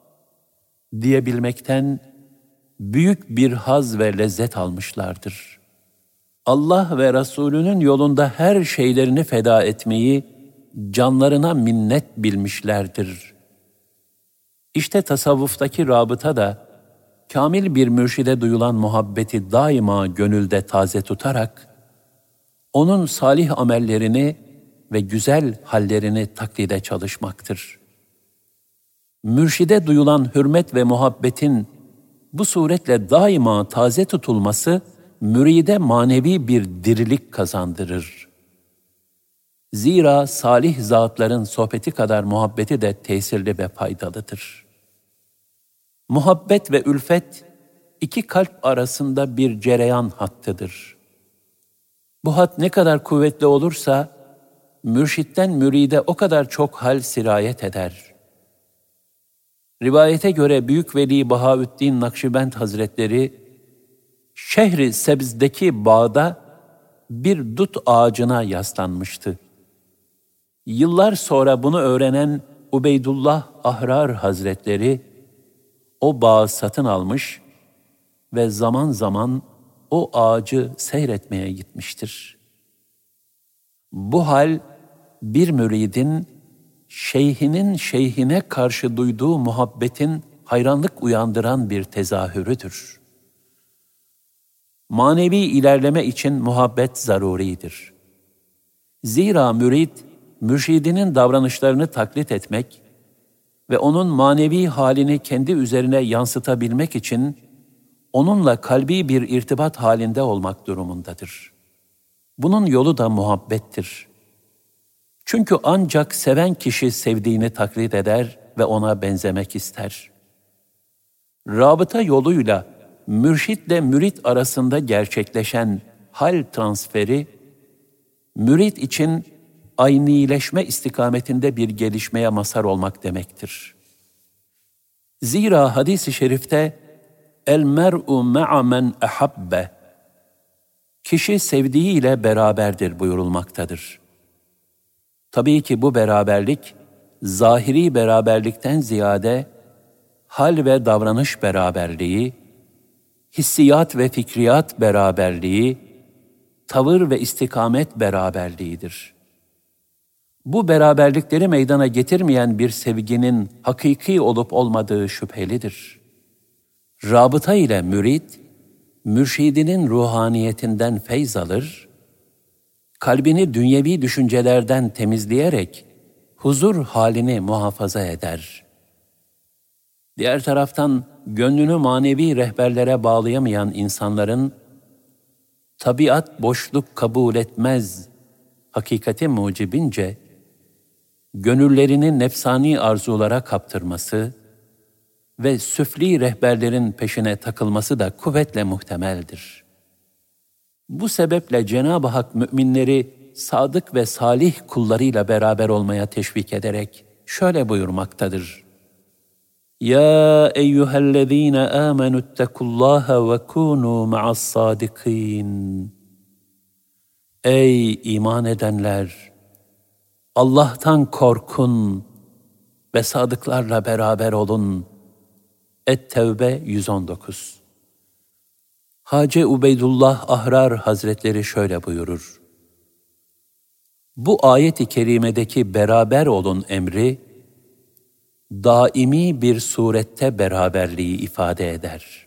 diyebilmekten büyük bir haz ve lezzet almışlardır. Allah ve Resulünün yolunda her şeylerini feda etmeyi canlarına minnet bilmişlerdir. İşte tasavvuftaki rabıta da kamil bir mürşide duyulan muhabbeti daima gönülde taze tutarak onun salih amellerini ve güzel hallerini taklide çalışmaktır. Mürşide duyulan hürmet ve muhabbetin bu suretle daima taze tutulması müride manevi bir dirilik kazandırır. Zira salih zatların sohbeti kadar muhabbeti de tesirli ve faydalıdır. Muhabbet ve ülfet iki kalp arasında bir cereyan hattıdır. Bu hat ne kadar kuvvetli olursa mürşitten müride o kadar çok hal sirayet eder. Rivayete göre Büyük Veli Bahaüddin Nakşibend Hazretleri Şehri Sebz'deki bağda bir dut ağacına yaslanmıştı. Yıllar sonra bunu öğrenen Ubeydullah Ahrar Hazretleri o bağı satın almış ve zaman zaman o ağacı seyretmeye gitmiştir. Bu hal bir müridin şeyhinin şeyhine karşı duyduğu muhabbetin hayranlık uyandıran bir tezahürüdür. Manevi ilerleme için muhabbet zaruridir. Zira mürid, mürşidinin davranışlarını taklit etmek ve onun manevi halini kendi üzerine yansıtabilmek için onunla kalbi bir irtibat halinde olmak durumundadır. Bunun yolu da muhabbettir. Çünkü ancak seven kişi sevdiğini taklit eder ve ona benzemek ister. Rabıta yoluyla mürşitle mürit arasında gerçekleşen hal transferi, mürit için aynileşme istikametinde bir gelişmeye mazhar olmak demektir. Zira hadis-i şerifte el mer'u ma'a men ahabbe, kişi sevdiğiyle beraberdir buyurulmaktadır. Tabii ki bu beraberlik, zahiri beraberlikten ziyade hal ve davranış beraberliği, hissiyat ve fikriyat beraberliği, tavır ve istikamet beraberliğidir. Bu beraberlikleri meydana getirmeyen bir sevginin hakiki olup olmadığı şüphelidir. Rabıta ile mürid, mürşidinin ruhaniyetinden feyz alır, kalbini dünyevi düşüncelerden temizleyerek huzur halini muhafaza eder. Diğer taraftan gönlünü manevi rehberlere bağlayamayan insanların tabiat boşluk kabul etmez hakikati mucibince gönüllerini nefsani arzulara kaptırması ve süfli rehberlerin peşine takılması da kuvvetle muhtemeldir. Bu sebeple Cenab-ı Hak müminleri sadık ve salih kullarıyla beraber olmaya teşvik ederek şöyle buyurmaktadır: Ya eyyühellezîne âmenüttekullâhe ve kûnû ma'as-sâdikîn. Ey iman edenler! Allah'tan korkun ve sadıklarla beraber olun. Et-Tevbe yüz on dokuz. Hacı Ubeydullah Ahrar Hazretleri şöyle buyurur: Bu ayet-i kerimedeki beraber olun emri, daimi bir surette beraberliği ifade eder.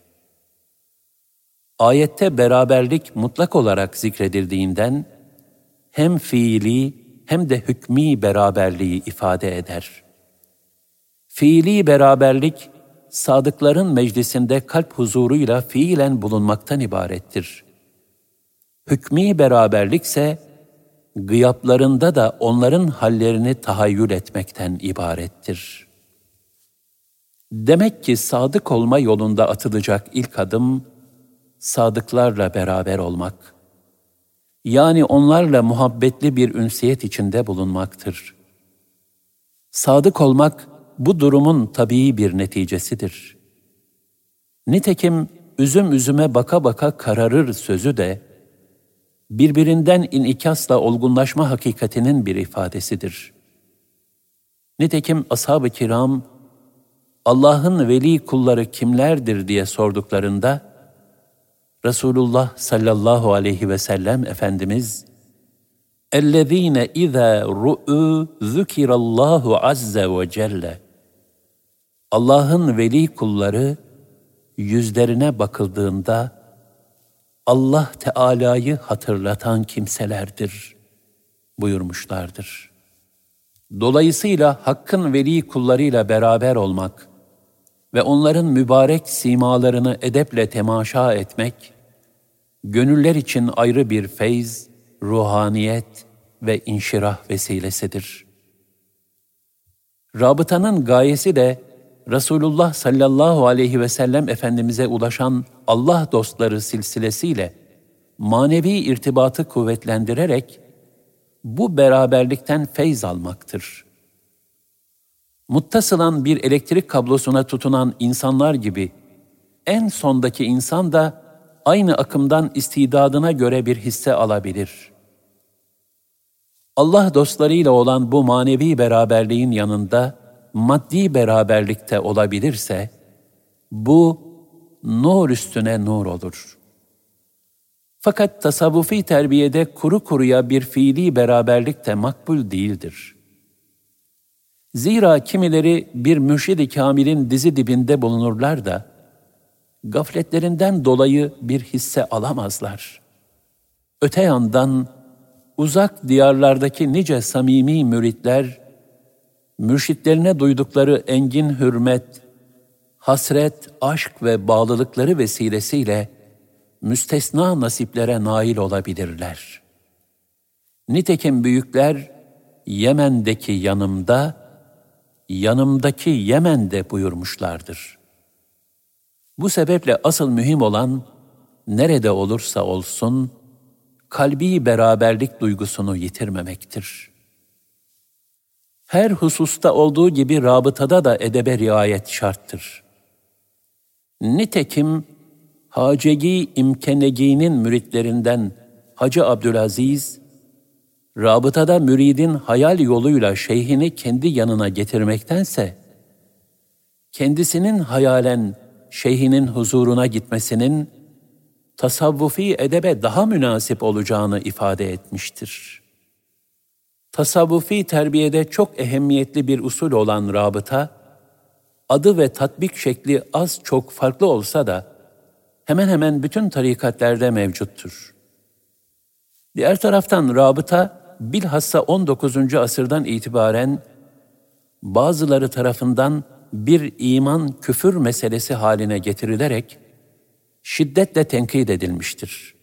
Ayette beraberlik mutlak olarak zikredildiğinden, hem fiili hem de hükmî beraberliği ifade eder. Fiili beraberlik, sadıkların meclisinde kalp huzuruyla fiilen bulunmaktan ibarettir. Hükmî beraberlikse, gıyaplarında da onların hallerini tahayyül etmekten ibarettir. Demek ki sadık olma yolunda atılacak ilk adım, sadıklarla beraber olmak. Yani onlarla muhabbetli bir ünsiyet içinde bulunmaktır. Sadık olmak, bu durumun tabii bir neticesidir. Nitekim üzüm üzüme baka baka kararır sözü de, birbirinden inikasla olgunlaşma hakikatinin bir ifadesidir. Nitekim ashab-ı kiram, Allah'ın veli kulları kimlerdir diye sorduklarında, Resulullah sallallahu aleyhi ve sellem Efendimiz, اَلَّذ۪ينَ اِذَا رُؤُوا ذُكِرَ اللّٰهُ عَزَّ وَجَلَّ. Allah'ın veli kulları, yüzlerine bakıldığında, Allah Teala'yı hatırlatan kimselerdir buyurmuşlardır. Dolayısıyla Hakk'ın veli kullarıyla beraber olmak ve onların mübarek simalarını edeple temaşa etmek, gönüller için ayrı bir feyz, ruhaniyet ve inşirah vesilesidir. Rabıtanın gayesi de Resulullah sallallahu aleyhi ve sellem Efendimiz'e ulaşan Allah dostları silsilesiyle manevi irtibatı kuvvetlendirerek bu beraberlikten feyz almaktır. Muttasılan bir elektrik kablosuna tutunan insanlar gibi en sondaki insan da aynı akımdan istidadına göre bir hisse alabilir. Allah dostlarıyla olan bu manevi beraberliğin yanında maddi beraberlikte olabilirse, bu nur üstüne nur olur. Fakat tasavvufi terbiyede kuru kuruya bir fiili beraberlik de makbul değildir. Zira kimileri bir mürşid-i kamilin dizi dibinde bulunurlar da, gafletlerinden dolayı bir hisse alamazlar. Öte yandan, uzak diyarlardaki nice samimi müritler, mürşitlerine duydukları engin hürmet, hasret, aşk ve bağlılıkları vesilesiyle müstesna nasiplere nail olabilirler. Nitekim büyükler, Yemen'deki yanımda, yanımdaki Yemen'de buyurmuşlardır. Bu sebeple asıl mühim olan, nerede olursa olsun, kalbi beraberlik duygusunu yitirmemektir. Her hususta olduğu gibi rabıtada da edebe riayet şarttır. Nitekim Hacegi İmkenegi'nin müritlerinden Hacı Abdülaziz, rabıtada müridin hayal yoluyla şeyhini kendi yanına getirmektense, kendisinin hayalen şeyhinin huzuruna gitmesinin tasavvufi edebe daha münasip olacağını ifade etmiştir. Tasavvufi terbiyede çok ehemmiyetli bir usul olan rabıta, adı ve tatbik şekli az çok farklı olsa da, hemen hemen bütün tarikatlerde mevcuttur. Diğer taraftan rabıta, bilhassa on dokuzuncu asırdan itibaren, bazıları tarafından bir iman küfür meselesi haline getirilerek, şiddetle tenkit edilmiştir.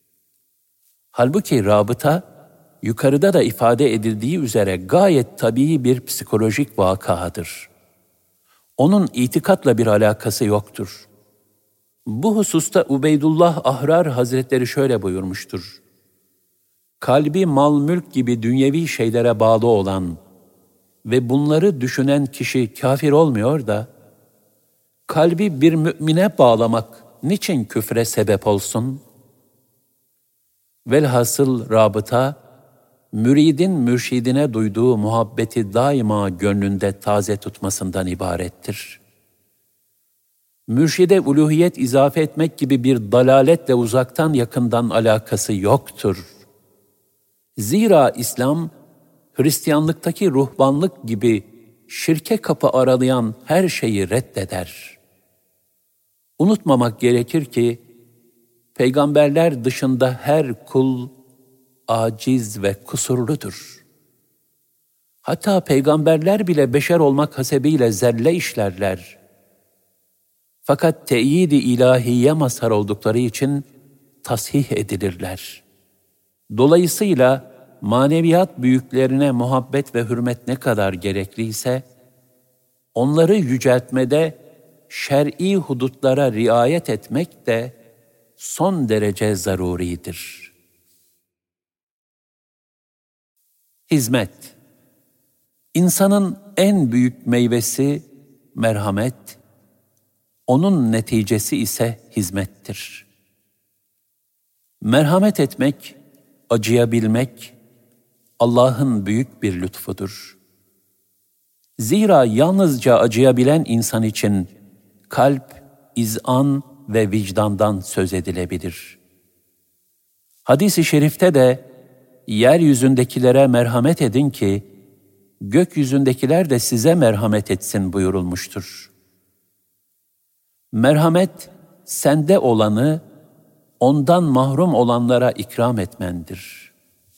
Halbuki rabıta, yukarıda da ifade edildiği üzere gayet tabii bir psikolojik vakadır. Onun itikatla bir alakası yoktur. Bu hususta Ubeydullah Ahrar Hazretleri şöyle buyurmuştur: Kalbi mal mülk gibi dünyevi şeylere bağlı olan ve bunları düşünen kişi kafir olmuyor da, kalbi bir mümine bağlamak niçin küfre sebep olsun? Velhasıl rabıta, müridin mürşidine duyduğu muhabbeti daima gönlünde taze tutmasından ibarettir. Mürşide uluhiyet izafe etmek gibi bir dalaletle uzaktan yakından alakası yoktur. Zira İslam, Hristiyanlıktaki ruhbanlık gibi şirke kapı aralayan her şeyi reddeder. Unutmamak gerekir ki, peygamberler dışında her kul aciz ve kusurludur. Hatta peygamberler bile beşer olmak hasebiyle zelle işlerler. Fakat teyid-i ilahiye mazhar oldukları için tasih edilirler. Dolayısıyla maneviyat büyüklerine muhabbet ve hürmet ne kadar gerekliyse, onları yüceltmede şer'i hudutlara riayet etmek de son derece zaruridir. Hizmet. İnsanın en büyük meyvesi merhamet, onun neticesi ise hizmettir. Merhamet etmek, acıyabilmek, Allah'ın büyük bir lütfudur. Zira yalnızca acıyabilen insan için kalp, izan ve vicdandan söz edilebilir. Hadis-i şerifte de, yeryüzündekilere merhamet edin ki, gökyüzündekiler de size merhamet etsin buyurulmuştur. Merhamet, sende olanı, ondan mahrum olanlara ikram etmendir.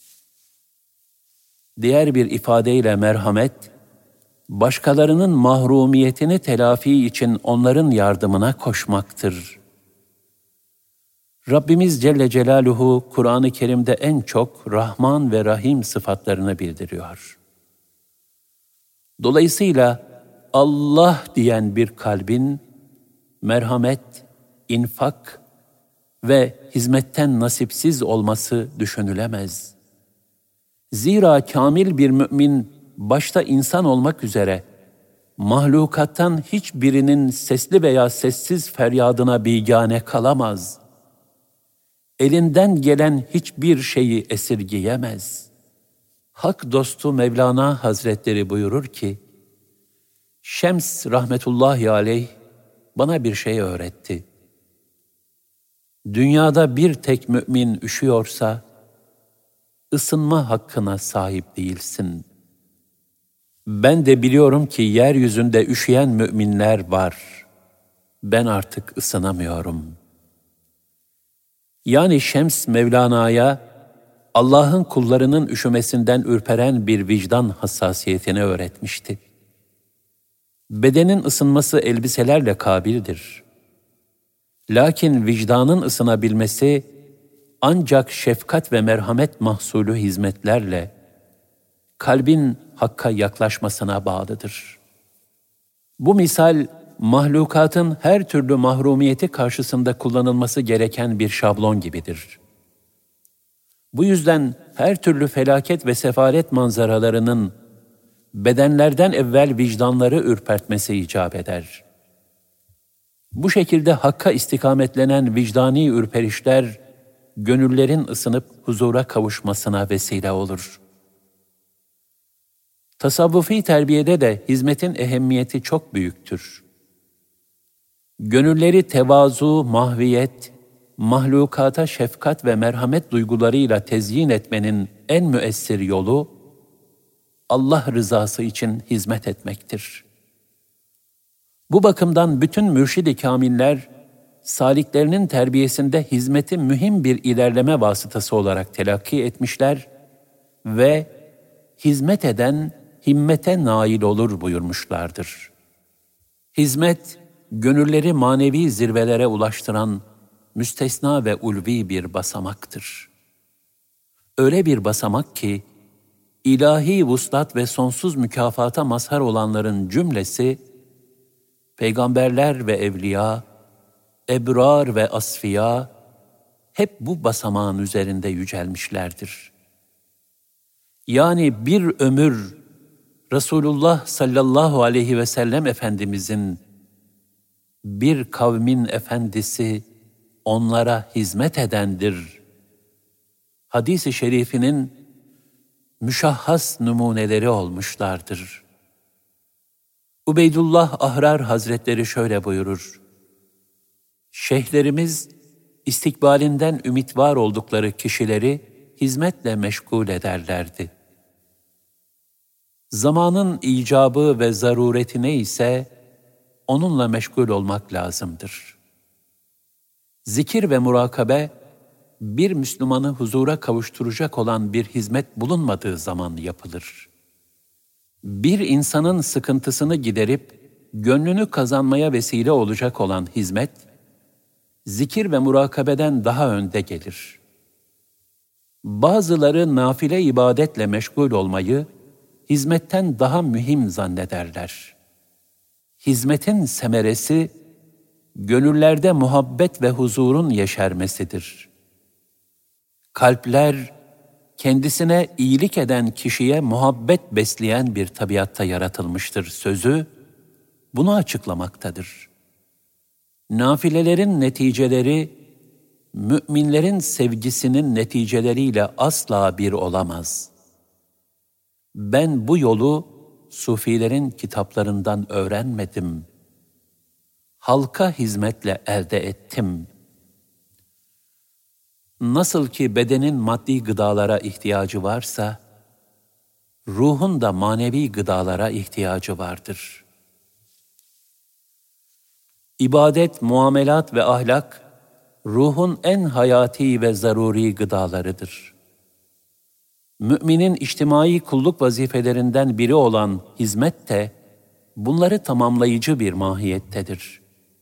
Diğer bir ifadeyle merhamet, başkalarının mahrumiyetini telafi için onların yardımına koşmaktır. Rabbimiz Celle Celaluhu, Kur'an-ı Kerim'de en çok Rahman ve Rahim sıfatlarını bildiriyor. Dolayısıyla Allah diyen bir kalbin, merhamet, infak ve hizmetten nasipsiz olması düşünülemez. Zira kamil bir mümin, başta insan olmak üzere, mahlukattan hiçbirinin sesli veya sessiz feryadına bigane kalamaz. Elinden gelen hiçbir şeyi esirgeyemez. Hak dostu Mevlana Hazretleri buyurur ki, Şems rahmetullahi aleyh bana bir şey öğretti. Dünyada bir tek mümin üşüyorsa, ısınma hakkına sahip değilsin. Ben de biliyorum ki yeryüzünde üşüyen müminler var. Ben artık ısınamıyorum. Yani Şems Mevlana'ya Allah'ın kullarının üşümesinden ürperen bir vicdan hassasiyetini öğretmişti. Bedenin ısınması elbiselerle kabildir. Lakin vicdanın ısınabilmesi ancak şefkat ve merhamet mahsulü hizmetlerle, kalbin Hakk'a yaklaşmasına bağlıdır. Bu misal, mahlukatın her türlü mahrumiyeti karşısında kullanılması gereken bir şablon gibidir. Bu yüzden her türlü felaket ve sefalet manzaralarının bedenlerden evvel vicdanları ürpertmesi icap eder. Bu şekilde Hakk'a istikametlenen vicdani ürperişler, gönüllerin ısınıp huzura kavuşmasına vesile olur. Tasavvufi terbiyede de hizmetin ehemmiyeti çok büyüktür. Gönülleri tevazu, mahviyet, mahlukata şefkat ve merhamet duygularıyla tezyin etmenin en müessir yolu, Allah rızası için hizmet etmektir. Bu bakımdan bütün mürşid-i kâmiller, saliklerinin terbiyesinde hizmeti mühim bir ilerleme vasıtası olarak telakki etmişler ve hizmet eden himmete nail olur buyurmuşlardır. Hizmet, gönülleri manevi zirvelere ulaştıran müstesna ve ulvi bir basamaktır. Öyle bir basamak ki, ilahi vuslat ve sonsuz mükafata mazhar olanların cümlesi, peygamberler ve evliya, ebrar ve asfiya, hep bu basamağın üzerinde yücelmişlerdir. Yani bir ömür Resulullah sallallahu aleyhi ve sellem Efendimizin Bir kavmin efendisi onlara hizmet edendir. Hadis-i şerifinin müşahhas numuneleri olmuşlardır. Ubeydullah Ahrar Hazretleri şöyle buyurur: Şeyhlerimiz istikbalinden ümit var oldukları kişileri hizmetle meşgul ederlerdi. Zamanın icabı ve zarureti neyse onunla meşgul olmak lazımdır. Zikir ve murakabe, bir Müslümanı huzura kavuşturacak olan bir hizmet bulunmadığı zaman yapılır. Bir insanın sıkıntısını giderip gönlünü kazanmaya vesile olacak olan hizmet, zikir ve murakabeden daha önde gelir. Bazıları nafile ibadetle meşgul olmayı hizmetten daha mühim zannederler. Hizmetin semeresi, gönüllerde muhabbet ve huzurun yeşermesidir. Kalpler, kendisine iyilik eden kişiye muhabbet besleyen bir tabiatta yaratılmıştır sözü, bunu açıklamaktadır. Nafilelerin neticeleri, müminlerin sevgisinin neticeleriyle asla bir olamaz. Ben bu yolu Sufilerin kitaplarından öğrenmedim. Halka hizmetle elde ettim. Nasıl ki bedenin maddi gıdalara ihtiyacı varsa, ruhun da manevi gıdalara ihtiyacı vardır. İbadet, muamelat ve ahlak, ruhun en hayati ve zaruri gıdalarıdır. Müminin içtimai kulluk vazifelerinden biri olan hizmet de, bunları tamamlayıcı bir mahiyettedir.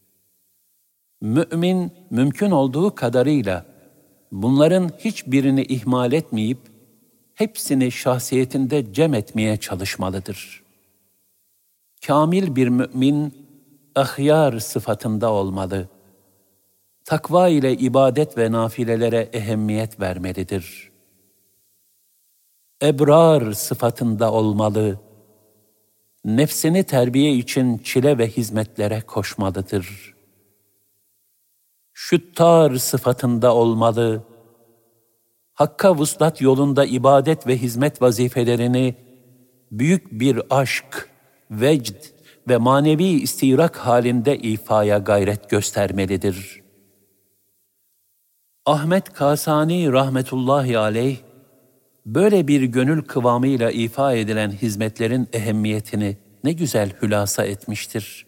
Mümin, mümkün olduğu kadarıyla, bunların hiçbirini ihmal etmeyip, hepsini şahsiyetinde cem etmeye çalışmalıdır. Kamil bir mümin, ahyar sıfatında olmalı. Takva ile ibadet ve nafilelere ehemmiyet vermelidir. Ebrar sıfatında olmalı. Nefsini terbiye için çile ve hizmetlere koşmalıdır. Şüttar sıfatında olmalı. Hakka vuslat yolunda ibadet ve hizmet vazifelerini büyük bir aşk, vecd ve manevi istirak halinde ifaya gayret göstermelidir. Ahmet Kasani rahmetullahi aleyh, böyle bir gönül kıvamıyla ifa edilen hizmetlerin ehemmiyetini ne güzel hülasa etmiştir.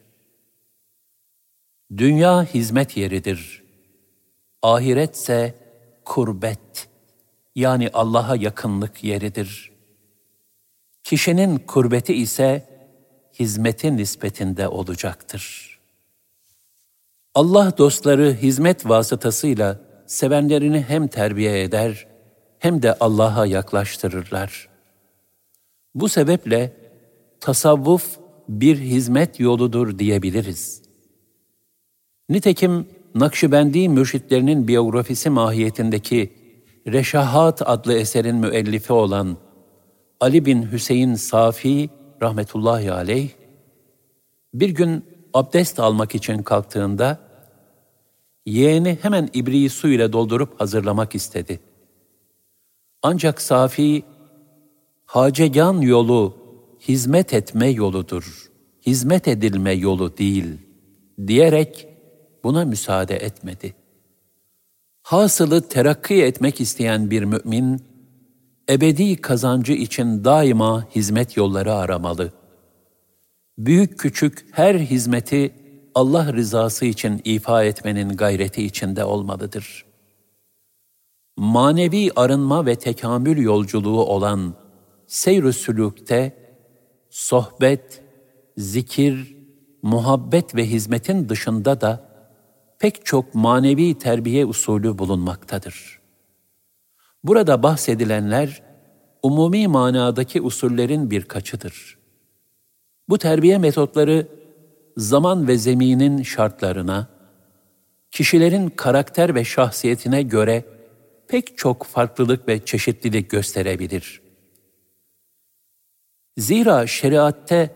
Dünya hizmet yeridir. Ahiretse kurbet, yani Allah'a yakınlık yeridir. Kişinin kurbeti ise hizmetin nispetinde olacaktır. Allah dostları hizmet vasıtasıyla sevenlerini hem terbiye eder, hem de Allah'a yaklaştırırlar. Bu sebeple tasavvuf bir hizmet yoludur diyebiliriz. Nitekim Nakşibendi mürşitlerinin biyografisi mahiyetindeki Reşahat adlı eserin müellifi olan Ali bin Hüseyin Safi rahmetullahi aleyh, bir gün abdest almak için kalktığında, yeğeni hemen ibriği su ile doldurup hazırlamak istedi. Ancak Safi, hacegan yolu hizmet etme yoludur, hizmet edilme yolu değil, diyerek buna müsaade etmedi. Hasılı terakki etmek isteyen bir mümin, ebedi kazancı için daima hizmet yolları aramalı. Büyük küçük her hizmeti Allah rızası için ifa etmenin gayreti içinde olmalıdır. Manevi arınma ve tekamül yolculuğu olan seyr-ü sülûkte, sohbet, zikir, muhabbet ve hizmetin dışında da pek çok manevi terbiye usulü bulunmaktadır. Burada bahsedilenler, umumi manadaki usullerin birkaçıdır. Bu terbiye metotları, zaman ve zeminin şartlarına, kişilerin karakter ve şahsiyetine göre pek çok farklılık ve çeşitlilik gösterebilir. Zira şeriatte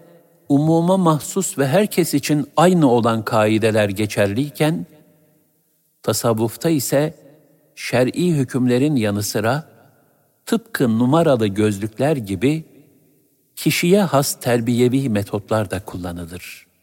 umuma mahsus ve herkes için aynı olan kaideler geçerliyken, tasavvufta ise şer'i hükümlerin yanı sıra tıpkı numaralı gözlükler gibi kişiye has terbiyevi metotlar da kullanılır.